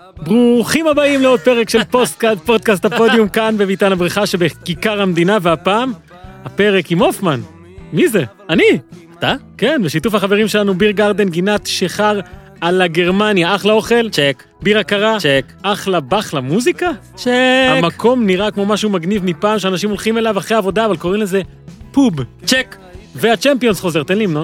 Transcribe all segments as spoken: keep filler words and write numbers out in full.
ברוכים הבאים לעוד פרק של פוסטקאסט, פודקאסט הפודיום כאן בביתן הבריכה שבכיכר המדינה, והפעם הפרק עם אופמן. מי זה? אני. אתה? כן, בשיתוף החברים שלנו ביר גרדן, גינת שחר על הגרמניה, אחלה אוכל. צ'ק. בירה קרה. צ'ק. אחלה בחלה מוזיקה. צ'ק. המקום נראה כמו משהו מגניב מפעם שאנשים הולכים אליו אחרי עבודה, אבל קוראים לזה פוב. צ'ק. והצ'מפיונס חוזר, תן לי המנון.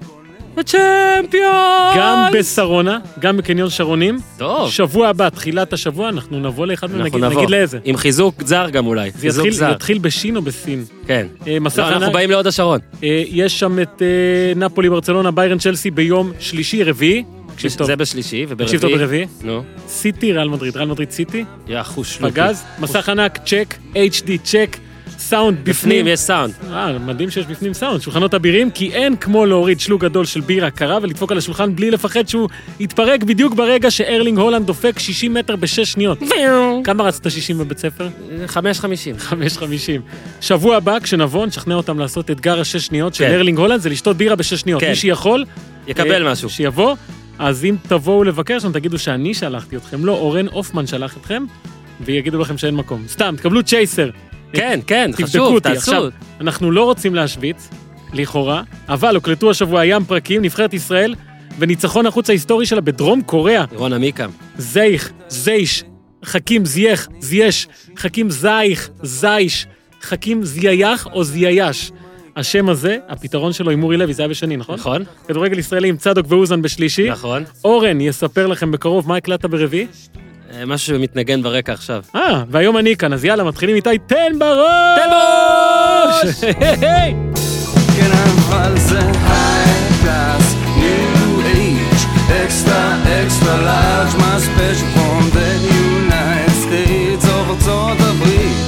הצ'מפיונס! גם בסרונה, גם בקניון שרונים. טוב. שבוע הבא, תחילת השבוע, אנחנו נבוא לאחד מהם, נגיד, נגיד לאיזה. עם חיזוק זר גם אולי. זה יתחיל, יתחיל בשין או בסין. כן. אה, לא, אנחנו ענק. באים לעוד השרון. אה, יש שם את אה, נפולי, ברצלונה, ביירן, צ'לסי ביום שלישי, רביעי. זה בשלישי וברביעי. תקשיב טוב ברביעי. נו. סיטי, ריאל מדריד, ריאל מדריד סיטי. יא חוש לוקי. פגז, מסך ענק, צ'ק, אייץ' די צ'ק, סאונד בפנים. בפנים יש סאונד. אה, מדהים שיש בפנים סאונד, שולחנות אבירים, כי אין כמו להוריד שלוג גדול של בירה קרה ולדפוק על השולחן בלי לפחד שהוא יתפרק בדיוק ברגע שארלינג הולנד דופק שישים מטר בשש שניות. כמה רצת שישים בבית ספר? חמש חמישים. חמש חמישים. שבוע הבא, כשנבוא, נשכנע אותם לעשות אתגר השש שניות של כן. ארלינג הולנד, זה לשתות בירה בשש שניות. כן. מי שיכול, יקבל אה, משהו. שיבוא, אז אם תבואו לבקר שם, תגידו שאני שלחתי אתכם, לא, אורן אופמן שלח אתכם, ויגידו לכם שאין מקום. סתם, תקבלו צ'ייסר. כן, כן, תבדקו חשוב, אותי. תעשו. עכשיו, אנחנו לא רוצים להשוויץ, לכאורה, אבל הוקלטו השבוע ים פרקים, נבחרת ישראל, וניצחון החוץ ההיסטורי שלה בדרום קוריאה. רון עמיקם. זייך, זייש, חכים זייך, זייש, חכים זייך, זייש, חכים זייך או זייש. השם הזה, הפתרון שלו עם מורי לוי, זה היה בשני, נכון? נכון. כדורגל ישראלי עם צדוק ואוזן בשלישי. נכון. אורן יספר לכם בקרוב מה הקלטת ברביעי. משהו שמתנגן ברקע עכשיו. אה, והיום אני כאן, אז יאללה, מתחילים איתי, תן בראש! תן בראש! היי! כן, אבל זה high class, new age, extra, extra large, my special from the United States of ארצות הברית.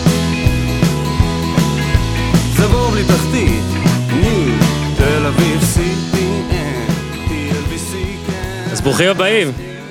זה בור בלי תחתית, new, תל אביב, סי פי אן, טי אל בי סי, כן. אז ברוכים הבאים.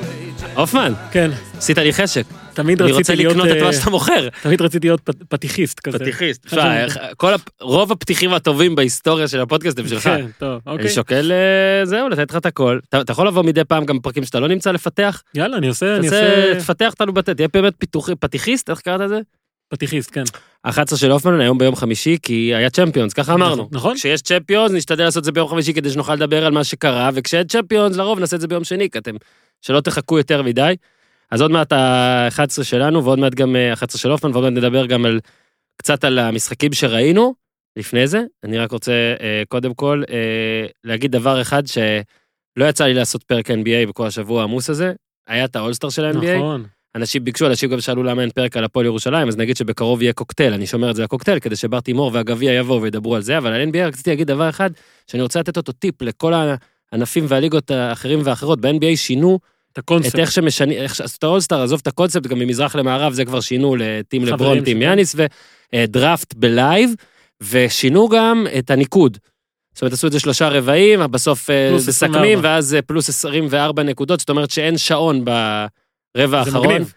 אופמן, כן, עשית לי חשק. תמיד אני רציתי רוצה להיות... לקנות את אה, מה שאתה מוכר. תמיד רציתי להיות פ- פתיחיסט כזה. פתיחיסט. חשוב. תשמע, כל הפ- רוב הפתיחים הטובים בהיסטוריה של הפודקאסט הם שלך. כן, טוב, אוקיי. אני שוקל, אה, זהו, לתת לך את הכל. אתה אתה יכול לבוא מדי פעם גם בפרקים שאתה לא נמצא לפתח? יאללה, אני עושה, אני תעשה, עושה... תפתח אותנו בתת, תהיה באמת פיתוחי, פתיחיסט, איך קראת את זה? פתיחיסט, כן. ה-אחת עשרה של אופמן היום ביום חמישי, כי היה צ'מפיונס, ככה אמרנו. נכון. כשיש צ'מפיונס, נשתדל לעשות את זה ביום חמישי, כדי שנוכל לדבר על מה שקרה, וכשאין צ'מפיונס, לרוב נעשה את זה ביום שני, כי אתם, שלא תחכו יותר מדי. אז עוד מעט ה-אחת עשרה שלנו, ועוד מעט גם ה-אחת עשרה של אופמן, ועוד מעט נדבר גם על, קצת על המשחקים שראינו. לפני זה, אני רק רוצה אה, קודם כל אה, להגיד דבר אחד שלא יצא לי לעשות פרק אן בי איי בכל השבוע העמוס הזה, היה את האולסטר של ה-אן בי איי. נכון. אנשים ביקשו, אנשים גם שאלו למה אין פרק על הפועל ירושלים, אז נגיד שבקרוב יהיה קוקטייל, אני שומר את זה לקוקטייל, כדי שבר תימור והגביע יבואו וידברו על זה, אבל על אן בי איי רציתי להגיד דבר אחד, שאני רוצה לתת אותו טיפ לכל הענפים והליגות האחרים ואחרות, ב-אן בי איי שינו את הקונספט. את איך שמשנים, איך שעשו את האולסטאר, עזוב את הקונספט, גם ממזרח למערב, זה כבר שינו לטים חברים לברון, טים שלו. יאניס, ודראפט בלייב, ושינו גם את הניקוד. זאת אומרת, עשו את זה שלושה רבעים, בסוף פלוס עשרים וארבע. מסכמים, ואז זה פלוס עשרים וארבע נקודות, זאת אומרת שאין שעון ברבע זה האחרון. מגניב.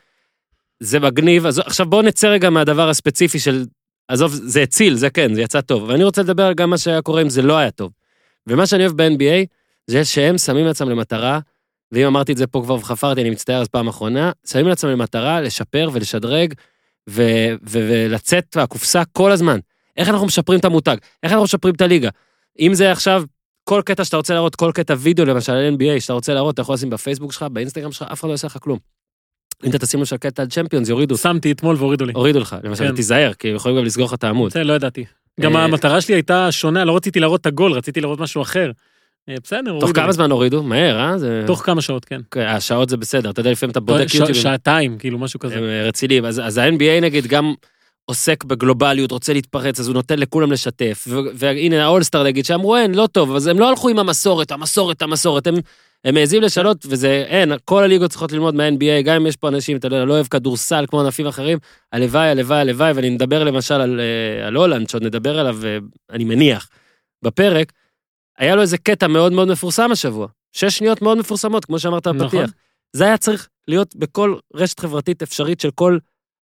זה מגניב, אז עכשיו בואו נצא רגע מהדבר הספציפי של, עזוב, זה הציל, זה כן, זה יצא טוב, ואני רוצה לדבר על גם מה שהיה קורה אם זה לא היה טוב. ומה שאני אוהב ב-אן בי איי, זה שהם שמים לעצמם למטרה, ואם אמרתי את זה פה כבר וחפרתי, אני מצטער אז פעם אחרונה, שמים לעצמם למטרה לשפר ולשדרג, ו- ו- ולצאת מהקופסה כל הזמן. איך אנחנו משפרים את המותג? איך אנחנו משפרים את הליגה? אם זה עכשיו, כל קטע שאתה רוצה להראות, כל קטע וידאו, למשל על אן בי איי, שאתה רוצה להראות, אתה יכול לשים בפייסבוק שלך, באינסטגרם שלך, אף אחד לא יעשה לך כלום. אם אתה תשים למשל קטע על צ'מפיונס, יורידו. שמתי אתמול והורידו לי. הורידו לך, למשל, כן. תיזהר, כי הם יכולים גם לסגור לך את העמוד. זה לא ידעתי. גם אה, המטרה שלי הייתה שונה, לא רציתי להראות את הגול, רציתי להראות משהו אחר. אה, בסדר, הורידו תוך לי. כמה זמן הורידו? מהר, אה? זה- תוך כמה שעות, כן. כן, השעות זה בסדר, אתה יודע, לפעמים אתה בודק ש- יוטיוב. שעתיים, כאילו, משהו כזה. הם רציניים, אז, אז ה-אן בי איי נגיד גם עוסק בגלובליות, רוצה להתפרץ, אז הוא נותן לכולם לשתף, ו- והנה האולסטאר נגיד, שאמרו אין, לא טוב, אז הם לא הלכו עם המסורת, המסורת, המסורת, הם, הם מעזים לשנות, וזה אין, כל הליגות צריכות ללמוד מה-אן בי איי, גם אם יש פה אנשים, אתה יודע, לא אוהב כדורסל כמו ענפים אחרים, הלוואי, הלוואי, הלוואי, ואני נדבר למשל על, אה, על הולנד, שעוד נדבר עליו, אה, אני מניח, בפרק, היה לו איזה קטע מאוד מאוד מפורסם השבוע, שש שניות מאוד מפורסמות, כמו שאמרת נכון. בפתיח. זה היה צריך להיות בכל רשת חברתית אפשרית של כל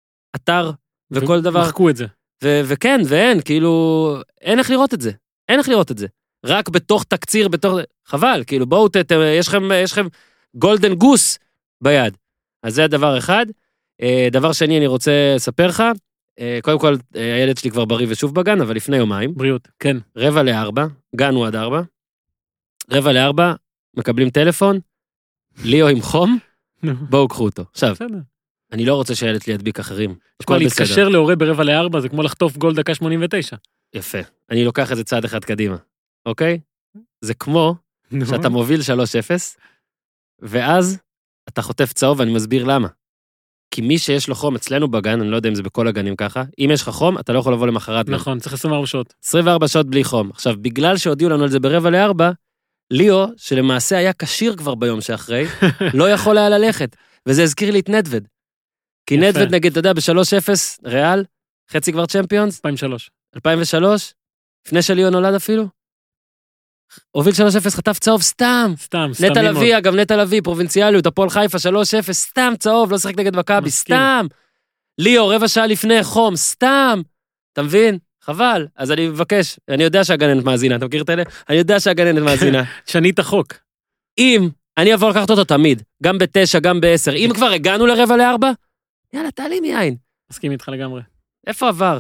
אתר וכל דבר. מחקו את זה. ו- וכן, ואין, כאילו, אין איך לראות את זה. אין איך לראות את זה. רק בתוך תקציר, בתוך... חבל, כאילו, בואו, ת- ת- יש לכם, יש לכם גולדן גוס ביד. אז זה הדבר אחד. דבר שני, אני רוצה לספר לך, קודם כל, הילד שלי כבר בריא ושוב בגן, אבל לפני יומיים. בריאות, כן. רבע לארבע, גן הוא עד ארבע. רבע לארבע, מקבלים טלפון, ליאו עם חום, בואו קחו אותו. עכשיו, אני לא רוצה שהילד שלי ידביק אחרים. כמו להתקשר להורה ברבע לארבע, זה כמו לחטוף גול דקה שמונים ותשע. יפה. אני לוקח את זה צעד אחד קדימה. אוקיי? זה כמו שאתה מוביל שלוש אפס, ואז אתה חוטף צהוב, ואני מסביר למה. כי מי שיש לו חום אצלנו בגן, אני לא יודע אם זה בכל הגנים ככה, אם יש לך חום, אתה לא יכול לבוא למחרת. נכון, צריך עשרים וארבע שעות. עשרים וארבע שעות בלי חום. עכשיו, בגלל שהודיעו לנו על זה ברבע לארבע, ליאו, שלמעשה היה קשיר כבר ביום שאחרי, לא יכול היה ללכת. וזה הזכיר לי את נדווד. כי נדווד, נגיד, אתה יודע, ב-שלוש אפס, ריאל, חצי כבר צ'מפיונס. אלפיים ושלוש. אלפיים ושלוש, לפני שליאו נולד אפילו. הוביל שלוש אפס, חטף צהוב, סתם. סתם, סתם. נטע לביא, אגב, נטע לביא, פרובינציאליות, הפועל חיפה, שלוש אפס, סתם צהוב, לא שחק נגד מכבי, סתם. ליאו, רבע שעה לפני, חום, סתם. אתה מבין? חבל. אז אני מבקש, אני יודע שהגננת מאזינה, אתה מכיר את אלה? אני יודע שהגננת מאזינה. שני את החוק. אם, אני אבוא לקחת אותו תמיד, גם בתשע, גם בעשר, אם כבר הגענו לרבע לארבע, יאללה, תעלי מיין. מסכים איתך לגמרי. איפה עבר?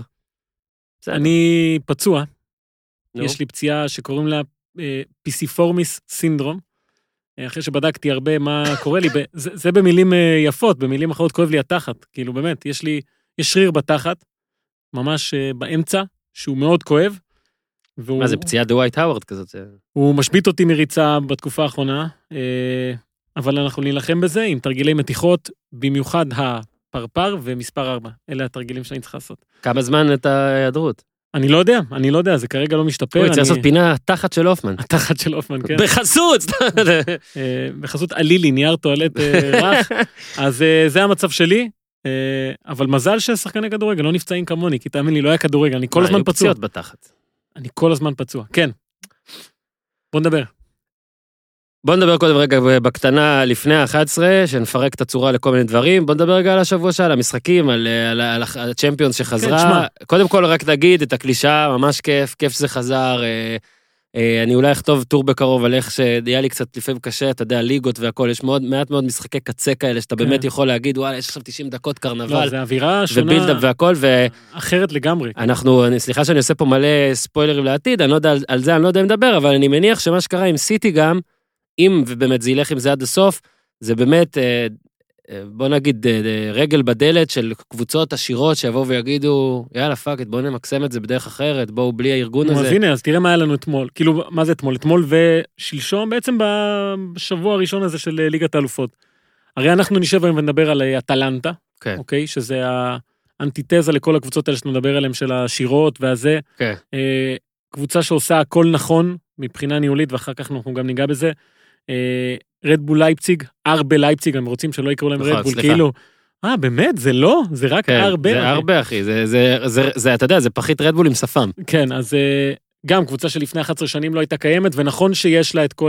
אני פצוע. יש לי פציעה שקוראים לה פיסיפורמיס סינדרום. אחרי שבדקתי הרבה מה קורה לי, זה במילים יפות, במילים אחרות כואב לי התחת. כאילו באמת, יש לי, יש שריר בתחת, ממש באמצע, שהוא מאוד כואב. מה זה, פציעה דווייט האוורד כזאת? הוא משבית אותי מריצה בתקופה האחרונה, אבל אנחנו נלחם בזה עם תרגילי מתיחות, במיוחד הפרפר ומספר ארבע. אלה התרגילים שאני צריך לעשות. כמה זמן את ההיעדרות? אני לא יודע, אני לא יודע, זה כרגע לא משתפר. הוא צריך לעשות פינה תחת של אופמן. התחת של אופמן, כן. בחסות! בחסות עלילי, נייר טואלט רך. אז זה המצב שלי, אבל מזל ששחקני כדורגל לא נפצעים כמוני, כי תאמין לי, לא היה כדורגל, אני כל הזמן פצוע. פציעות בתחת. אני כל הזמן פצוע, כן. בוא נדבר. בוא נדבר קודם רגע בקטנה לפני ה-אחת עשרה, שנפרק את הצורה לכל מיני דברים. בוא נדבר רגע על השבוע שלה, על המשחקים, על, על, על הצ'מפיונס שחזרה. כן, קודם כל רק נגיד את הקלישה, ממש כיף, כיף שזה חזר. אה, אה, אני אולי אכתוב טור בקרוב על איך שהיה לי קצת לפעמים קשה, אתה יודע, ליגות והכל, יש מאוד, מעט מאוד משחקי קצה כאלה, שאתה כן. באמת יכול להגיד, וואלה, יש עכשיו תשעים דקות קרנבל. לא, זה אווירה שונה. ובילדאפ והכל, ו... אחרת לגמרי. אנחנו, אני, סליחה שאני עושה פה מלא ספוילרים לעתיד, אני לא יודע על, על זה, אני לא יודע אם לדבר, אבל אני מניח שמה שקרה עם סיטי גם, אם ובאמת זה ילך עם זה עד הסוף, זה באמת, בוא נגיד, רגל בדלת של קבוצות עשירות שיבואו ויגידו, יאללה פאקט, בואו נמקסם את זה בדרך אחרת, בואו בלי הארגון הזה. אז הנה, אז תראה מה היה לנו אתמול, כאילו, מה זה אתמול? אתמול ושלשום בעצם בשבוע הראשון הזה של ליגת האלופות. הרי אנחנו נשב היום ונדבר על אטלנטה, אוקיי? שזה האנטיתזה לכל הקבוצות האלה שנדבר עליהן של השירות והזה. קבוצה שעושה הכל נכון, מבחינה ניהולית, ואחר כך אנחנו גם ניגע בזה. רדבול לייפציג, ארבה לייפציג, הם רוצים שלא יקראו להם רדבול, כאילו, אה, באמת, זה לא, זה רק ארבה. זה ארבה, אחי, זה, אתה יודע, זה פחית רדבול עם שפם. כן, אז גם קבוצה שלפני אחת עשרה שנים לא הייתה קיימת, ונכון שיש לה את כל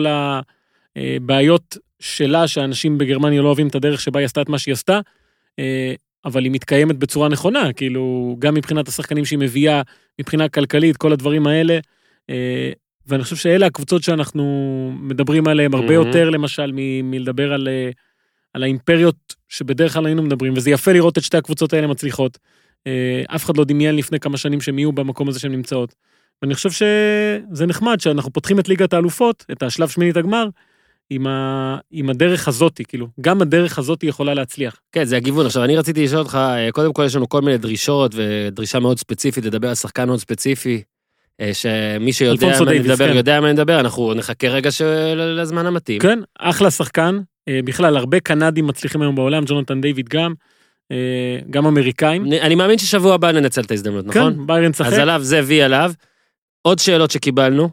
הבעיות שלה, שאנשים בגרמניה לא אוהבים את הדרך שבה היא עשתה את מה שהיא עשתה, אבל היא מתקיימת בצורה נכונה, כאילו, גם מבחינת השחקנים שהיא מביאה, מבחינה כלכלית, כל הדברים האלה, ואני חושב שאלה הקבוצות שאנחנו מדברים עליהן הרבה יותר, למשל, מלדבר על, על האימפריות שבדרך כלל היינו מדברים, וזה יפה לראות את שתי הקבוצות האלה מצליחות. אף אחד לא דמיין לפני כמה שנים שהם יהיו במקום הזה שהן נמצאות. ואני חושב שזה נחמד שאנחנו פותחים את ליגת האלופות, את השלב שמינית הגמר, עם, ה... עם הדרך הזאת, כאילו, גם הדרך הזאת יכולה להצליח. כן, זה הגיוון. עכשיו, אני רציתי לשאול אותך, קודם כל יש לנו כל מיני דרישות, ודרישה מאוד ספציפית, לדבר על שחקן מאוד ספציפי, שמי שיודע מה אני מדבר, יודע מה אני מדבר, אנחנו נחכה רגע לזמן המתאים. כן, אחלה שחקן, בכלל, הרבה קנדים מצליחים היום בעולם, ג'ונתן דיוויד גם, גם אמריקאים. אני מאמין ששבוע הבא ננצל את ההזדמנות, נכון? כן, ביירן צחק. אז עליו, זה וי עליו. עוד שאלות שקיבלנו,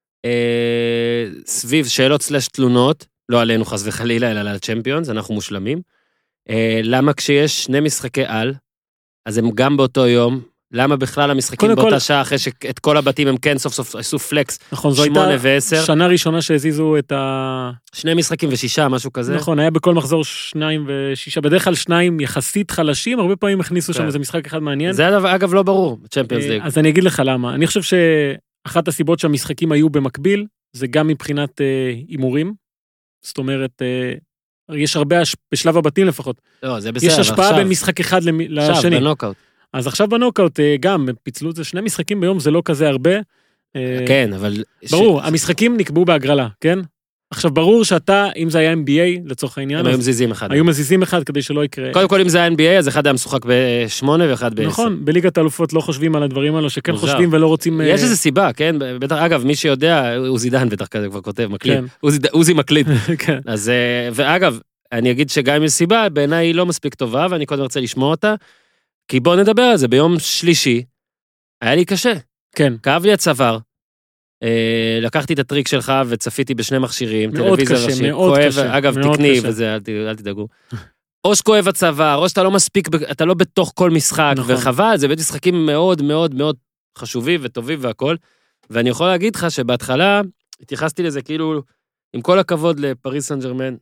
סביב שאלות סלש תלונות, לא עלינו חס וחלילה, אלא על הצ'מפיונס, אנחנו מושלמים. למה כשיש שני משחקי על, אז הם גם באותו יום, למה בכלל המשחקים באותה שעה, אחרי שאת כל הבתים הם כן סוף סוף עשו פלקס, נכון, זו שמונה הייתה ועשר. שנה ראשונה שהזיזו את ה... שני משחקים ושישה, משהו כזה. נכון, היה בכל מחזור שניים ושישה, בדרך כלל שניים יחסית חלשים, הרבה פעמים הכניסו שם איזה משחק אחד מעניין. זה אגב לא ברור, צ'מפיונס ליג. אז אני אגיד לך למה. אני חושב שאחת הסיבות שהמשחקים היו במקביל, זה גם מבחינת הימורים, זאת אומרת, יש הרבה בשלב הבתים לפחות. לא, זה בסדר, יש השפעה בין משחק אחד לשני. עכשיו, בנוקאוט. אז עכשיו בנוקאוט גם, פיצלו את זה, שני משחקים ביום זה לא כזה הרבה. כן, אבל... ברור, המשחקים נקבעו בהגרלה, כן? עכשיו, ברור שאתה, אם זה היה אן בי איי, לצורך העניין, הם היו מזיזים אחד. היו מזיזים אחד כדי שלא יקרה. קודם כל, אם זה היה אן בי איי, אז אחד היה משוחק בשמונה ואחד בעשר. נכון, בליגת האלופות לא חושבים על הדברים האלו, שכן חושבים ולא רוצים... יש איזו סיבה, כן? בטח, אגב, מי שיודע, עוזי דן בטח כזה כבר כותב, מקליט. עוזי מקליט. אז, ואגב, אני אגיד שגם אם יש סיבה, בעיניי היא לא מספיק טובה, ואני קודם רוצה לשמוע אותה, כי בואו נדבר על זה. ביום שלישי, היה לי קשה. כן. כאב לי הצוואר. לקחתי את הטריק שלך וצפיתי בשני מכשירים, מאוד קשה, מאוד קשה. אגב, תקני וזה, אל תדאגו. או שכואב הצוואר, או שאתה לא מספיק, אתה לא בתוך כל משחק, וחבל, זה בית משחקים מאוד מאוד מאוד חשובים וטובים והכל, ואני יכול להגיד לך שבהתחלה, התייחסתי לזה כאילו, עם כל הכבוד לפריס סן ז'רמן,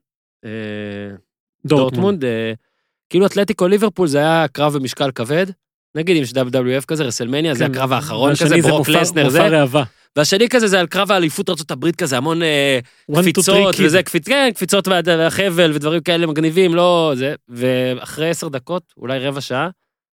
דורטמונד, כאילו אתלטיקו ליברפול זה היה קרב במשקל כבד, נגיד עם דאבליו דאבליו אף כזה, רסלמניה, זה הקרב האחרון כזה, ברוק לסנר זה, והשני כזה זה על קרב האליפות ארצות הברית כזה, המון קפיצות וזה, קפיצות והחבל ודברים כאלה מגניבים, לא זה, ואחרי עשר דקות, אולי רבע שעה,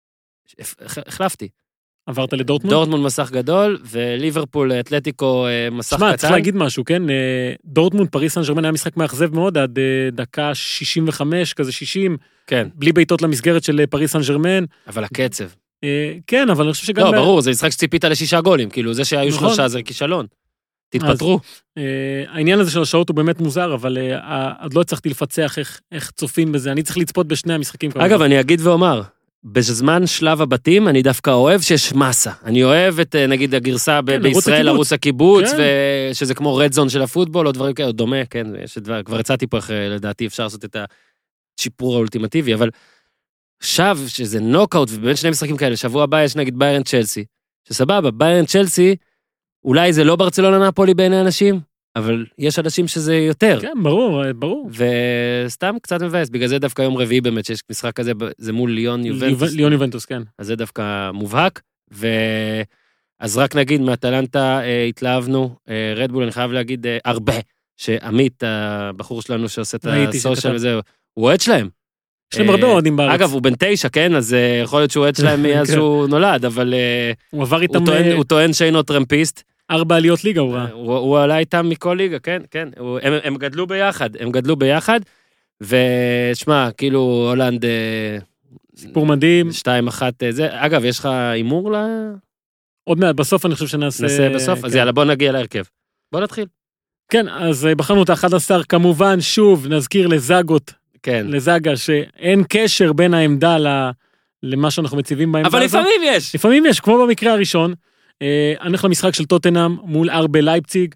החלפתי. עברת לדורטמונד? דורטמונד מסך גדול, וליברפול אתלטיקו מסך קטן. שמע, צריך להגיד משהו, כן? דורטמונד, פריס סן ז'רמן היה משחק מאכזב מאוד, עד דקה שישים וחמש, כזה שישים, בלי בעיטות למסגרת של פריס סן ז'רמן. אבל הקצב. כן, אבל אני חושב שגם... לא, ברור, זה משחק שציפית לשישה גולים, כאילו זה שהיו שלושה זה כישלון. תתפטרו. העניין הזה של השעות הוא באמת מוזר, אבל עד לא הצלחתי לפצח איך צופים בזה, אני צריך לצפות בשני המשחקים. אגב, אני אגיד ואומר, בזמן שלב הבתים, אני דווקא אוהב שיש מסה. אני אוהב את, נגיד, הגרסה בישראל, ערוץ הקיבוץ, שזה כמו רד זון של הפוטבול, או דברים כאלה, דומה, כן, כבר הצעתי פה איך, לדעתי, אפשר לעשות את השיפור האולטימטיבי, אבל שב, שזה נוקאוט, ובין שני משחקים כאלה, שבוע הבא יש נגיד ביירן צ'לסי, שסבבה, ביירן צ'לסי, אולי זה לא ברצלונה נאפולי בעיני אנשים, אבל יש אנשים שזה יותר. כן, ברור, ברור. וסתם קצת מבאס, בגלל זה דווקא יום רביעי באמת, שיש משחק כזה, זה מול ליון יובנטוס. ליון יובנטוס, כן. אז זה דווקא מובהק, ואז רק נגיד, מהטלנטה התלהבנו, רדבול, אני חייב להגיד הרבה, שעמית, הבחור שלנו שעושה את הסושיאל וזה, הוא אוהד שלהם. יש להם הרבה אוהדים בארץ. אגב, הוא בן תשע, כן? אז יכול להיות שהוא אוהד שלהם מאז שהוא נולד, אבל הוא עבר איתם... הוא טוען שאינו טרמפיסט. ארבע עליות ליגה הוא ראה. הוא עלה איתם מכל ליגה, כן, כן. הם גדלו ביחד, הם גדלו ביחד, ושמע, כאילו, הולנד... סיפור מדהים. שתיים, אחת, זה. אגב, יש לך אימור ל... עוד מעט, בסוף אני חושב שנעשה... נעשה בסוף, אז יאללה, בוא נגיע להרכב. בוא נתחיל. כן, אז בחרנו את ה-אחד עשר, כמובן, שוב, נזכיר לזאגות, כן. לזאגה, שאין קשר בין העמדה למה שאנחנו מציבים בעמדה. אבל לפעמים יש. לפעמים יש, כמו במקרה הראשון, אנחנו למשחק של טוטנהאם מול ארבה לייפציג,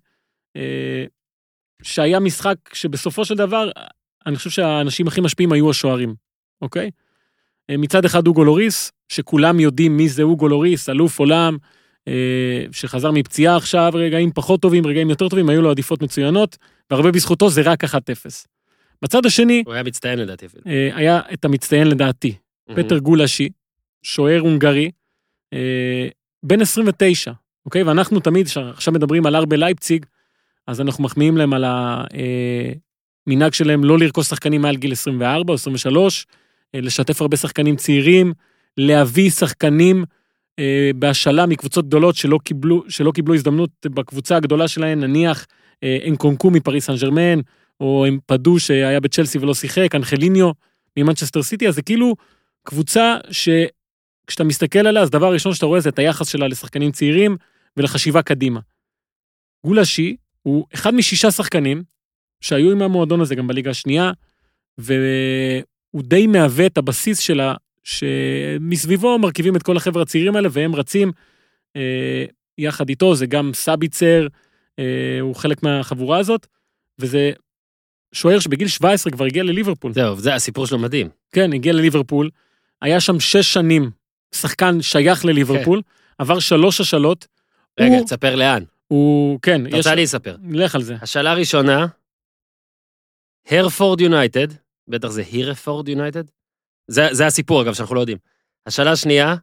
שהיה משחק שבסופו של דבר, אני חושב שהאנשים הכי משפיעים היו השוערים, אוקיי? מצד אחד אוגו לוריס, שכולם יודעים מי זה אוגו לוריס, אלוף עולם, שחזר מפציעה עכשיו, רגעים פחות טובים, רגעים יותר טובים, היו לו עדיפות מצוינות, והרבה בזכותו זה רק אחת אפס. בצד השני, הוא היה מצטיין לדעתי. היה את המצטיין לדעתי, פטר גולשי, שוער הונגרי, בן עשרים ותשע, אוקיי? ואנחנו תמיד, עכשיו מדברים על ארבה לייפציג, אז אנחנו מחמיאים להם על המנהג שלהם לא לרכוש שחקנים מעל גיל עשרים וארבע או עשרים ושלוש, לשתף הרבה שחקנים צעירים, להביא שחקנים בהשאלה מקבוצות גדולות שלא קיבלו, שלא קיבלו הזדמנות בקבוצה הגדולה שלהם, נניח אנקונקו מפריס סן ז'רמן, או הם פדו שהיה בצ'לסי ולא שיחק, אנחליניו ממנצ'סטר סיטי, אז זה כאילו קבוצה שכשאתה מסתכל עליה, אז דבר ראשון שאתה רואה זה את היחס שלה לשחקנים צעירים ולחשיבה קדימה. גולשי הוא אחד משישה שחקנים שהיו עם המועדון הזה גם בליגה השנייה, והוא די מהווה את הבסיס שלה, שמסביבו מרכיבים את כל החבר'ה הצעירים האלה, והם רצים אה, יחד איתו, זה גם סאביצר, אה, הוא חלק מהחבורה הזאת, וזה שוער שבגיל שבע עשרה כבר הגיע לליברפול. זהו, זה הסיפור שלו מדהים. כן, הגיע לליברפול, היה שם שש שנים, שחקן שייך לליברפול, כן. עבר שלוש השאלות. רגע, הוא, תספר לאן. הוא, כן. אתה רוצה לי לספר. נלך על זה. השאלה הראשונה, הרפורד יונייטד, בטח זה הירפורד יונייטד, זה, זה הסיפור אגב שאנחנו לא יודעים. השאלה השנייה,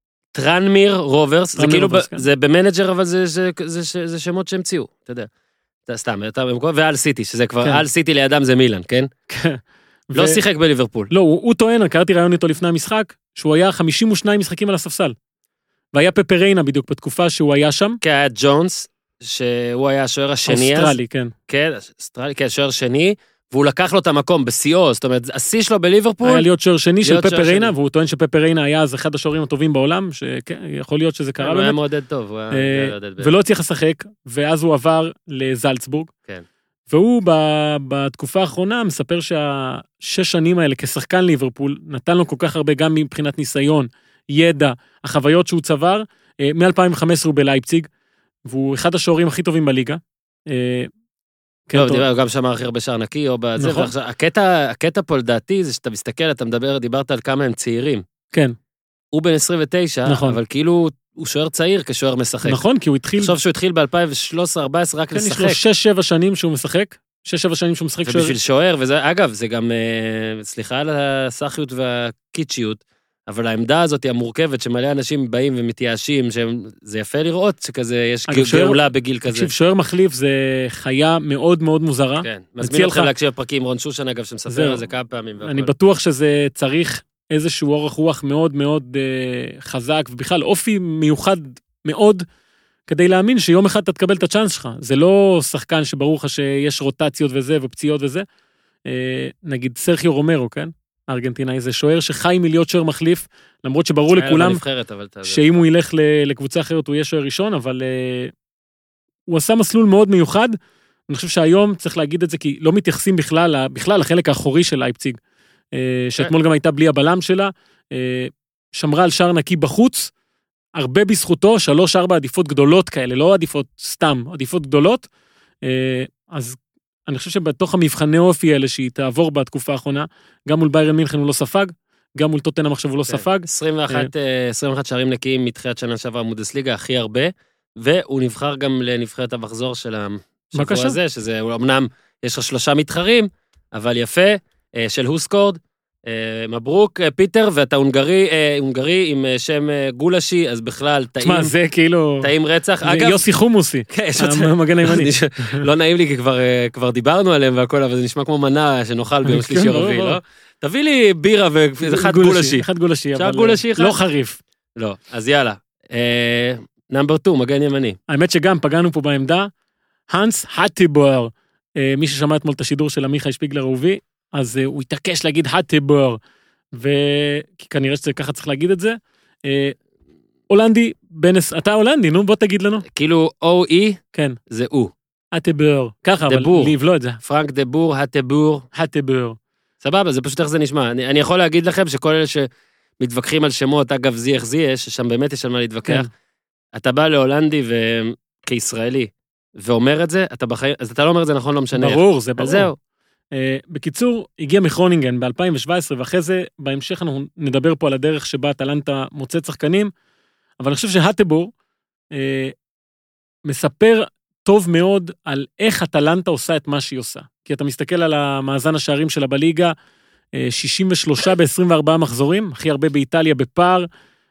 טרנמיר רוברס, זה כאילו, ב, זה במנג'ר, אבל זה, זה, זה, זה, זה שמות שהמציאו, אתה יודע. סתם, ועל סיטי, שזה כבר, כן. על סיטי לידם זה מילאן, כן? כן. לא ו- שיחק בליברפול. לא, הוא, הוא טוען, קראתי רעיון איתו לפני המשחק, שהוא היה חמישים ושניים משחקים על הספסל. והיה פפריינה בדיוק בתקופה שהוא היה שם. כן, היה ג'ונס, שהוא היה השוער השני. אוסטרלי, כן. כן, אוסטרלי, כן, שוער שני, והוא לקח לו את המקום בשיאו, זאת אומרת, השיא שלו בליברפול. היה להיות שוער שני של להיות שוער פפריינה, שני. והוא טוען שפפריינה היה אז אחד השוערים הטובים בעולם, שיכול להיות שזה קרה הוא היה באמת. מעודד טוב, הוא היה אה, מעודד ב- ולא הצליח לשחק, ואז הוא עבר לזלצבורג. כן. והוא ב- בתקופה האחרונה מספר שהשש שנים האלה כשחקן ליברפול, נתן לו כל כך הרבה גם מבחינת ניסיון, ידע, החוויות שהוא צבר, מ-אלפיים וחמש עשרה הוא בלייפציג, והוא אחד השוערים הכי טובים בליגה. אה, כן, לא, טוב. דיבר, גם שם הכי הרבה שער נקי, או בזה, נכון. ועכשיו, הקטע, הקטע פה לדעתי זה שאתה מסתכל, אתה מדבר, דיברת על כמה הם צעירים. כן, הוא בן עשרים ותשע, נכון. אבל כאילו הוא שוער צעיר כשוער משחק. נכון, כי הוא התחיל, תחשוב שהוא התחיל ב-אלפיים ושלוש עשרה ארבע עשרה רק כן, יש לשחק. לו שש שבע שנים שהוא משחק, שש שבע שנים שהוא משחק שוער. ובשביל שוער, וזה, אגב, זה גם, אה, סליחה על הסחיות והקיצ'יות, אבל העמדה הזאת היא המורכבת, שמלא אנשים באים ומתייאשים, שזה יפה לראות שכזה, יש אגב, שוער- גאולה בגיל כזה. תקשיב, שוער מחליף זה חיה מאוד מאוד מוזרה. כן, מציע מזמין לך- אתכם להקשיב לפרקים, רון שושן אגב, שמספר זהו. על זה כמה פעמים. והכל. אני בטוח שזה צריך איזשהו אורך רוח מאוד מאוד אה, חזק, ובכלל אופי מיוחד מאוד, כדי להאמין שיום אחד אתה תקבל את הצ'אנס שלך. זה לא שחקן שברור לך שיש רוטציות וזה, ופציעות וזה. אה, נגיד סרחיו רומרו, כן? הארגנטינאי זה שוער שחי מלהיות שוער מחליף, למרות שברור היה לו לכולם בנבחרת, אבל אתה- שאם הוא ילך ל- לקבוצה אחרת הוא יהיה שוער ראשון, אבל אה, הוא עשה מסלול מאוד מיוחד. אני חושב שהיום צריך להגיד את זה, כי לא מתייחסים בכלל, בכלל לחלק האחורי של לייפציג, אה, שאתמול גם הייתה בלי הבלם שלה, אה, שמרה על שער נקי בחוץ, הרבה בזכותו, שלוש ארבע עדיפות גדולות כאלה, לא עדיפות סתם, עדיפות גדולות. אה, אז אני חושב שבתוך המבחני אופי האלה שהיא תעבור בתקופה האחרונה, גם מול ביירן מינכן הוא לא ספג, גם מול טוטנהאם עכשיו הוא לא כן. ספג. עשרים ואחת, אה, עשרים ואחת שערים נקיים מתחילת שנה שעברה בונדסליגה, הכי הרבה, והוא נבחר גם לנבחרת המחזור של השבוע בבקשה. הזה, שזה אמנם, יש לך שלושה מתחרים, אבל יפה, אה, של הוסקורד, אה, מברוק, אה, פיטר, ואתה הונגרי, אה, הונגרי עם אה, שם אה, גולשי, אז בכלל, טעים, תשמע, זה כאילו... טעים רצח. זה אגב, יוסי חומוסי, כן, יש עוד- המגן הימני. אני ש- לא נעים לי, כי כבר, אה, כבר דיברנו עליהם והכל, אבל זה נשמע כמו מנה שנאכל ביום כן, שלישי או ברור, רביעי, ברור. לא? תביא לי בירה ואחד גולשי. אחד גולשי, אפשר אבל גולשי אחד? לא חריף. לא, אז יאללה. נאמבר טו, מגן ימני. האמת שגם פגענו פה בעמדה, הנס האטיבור, אה, מי ששמע אתמול את השידור של עמיחי שפיגלר אהובי, אז אה, הוא התעקש להגיד האטיבור, וכי כנראה שככה צריך להגיד את זה. אה, הולנדי, בנס, אתה הולנדי, נו בוא תגיד לנו. כאילו או-אי כן, זה הוא. האטיבור, ככה, אבל דבור. לבלוע את זה, פרנק דבור, הטבור. האטיבור. סבבה, זה פשוט איך זה נשמע. אני, אני יכול להגיד לכם שכל אלה שמתווכחים על שמות, אגב זיח זיח, ששם באמת יש על מה להתווכח, אתה בא להולנדי וכישראלי, ואומר את זה, אתה בחיים, אז אתה לא אומר את זה נכון, לא משנה. ברור, זה אז ברור. זהו. Uh, בקיצור, הגיע מכרונינגן ב-אלפיים שבע עשרה, ואחרי זה, בהמשך אנחנו נדבר פה על הדרך שבה אטלנטה מוצאת שחקנים, אבל אני חושב שהטבור uh, מספר טוב מאוד על איך אטלנטה עושה את מה שהיא עושה. כי אתה מסתכל על המאזן השערים שלה בליגה, uh, שישים ושלוש ב-עשרים וארבעה מחזורים, הכי הרבה באיטליה בפער,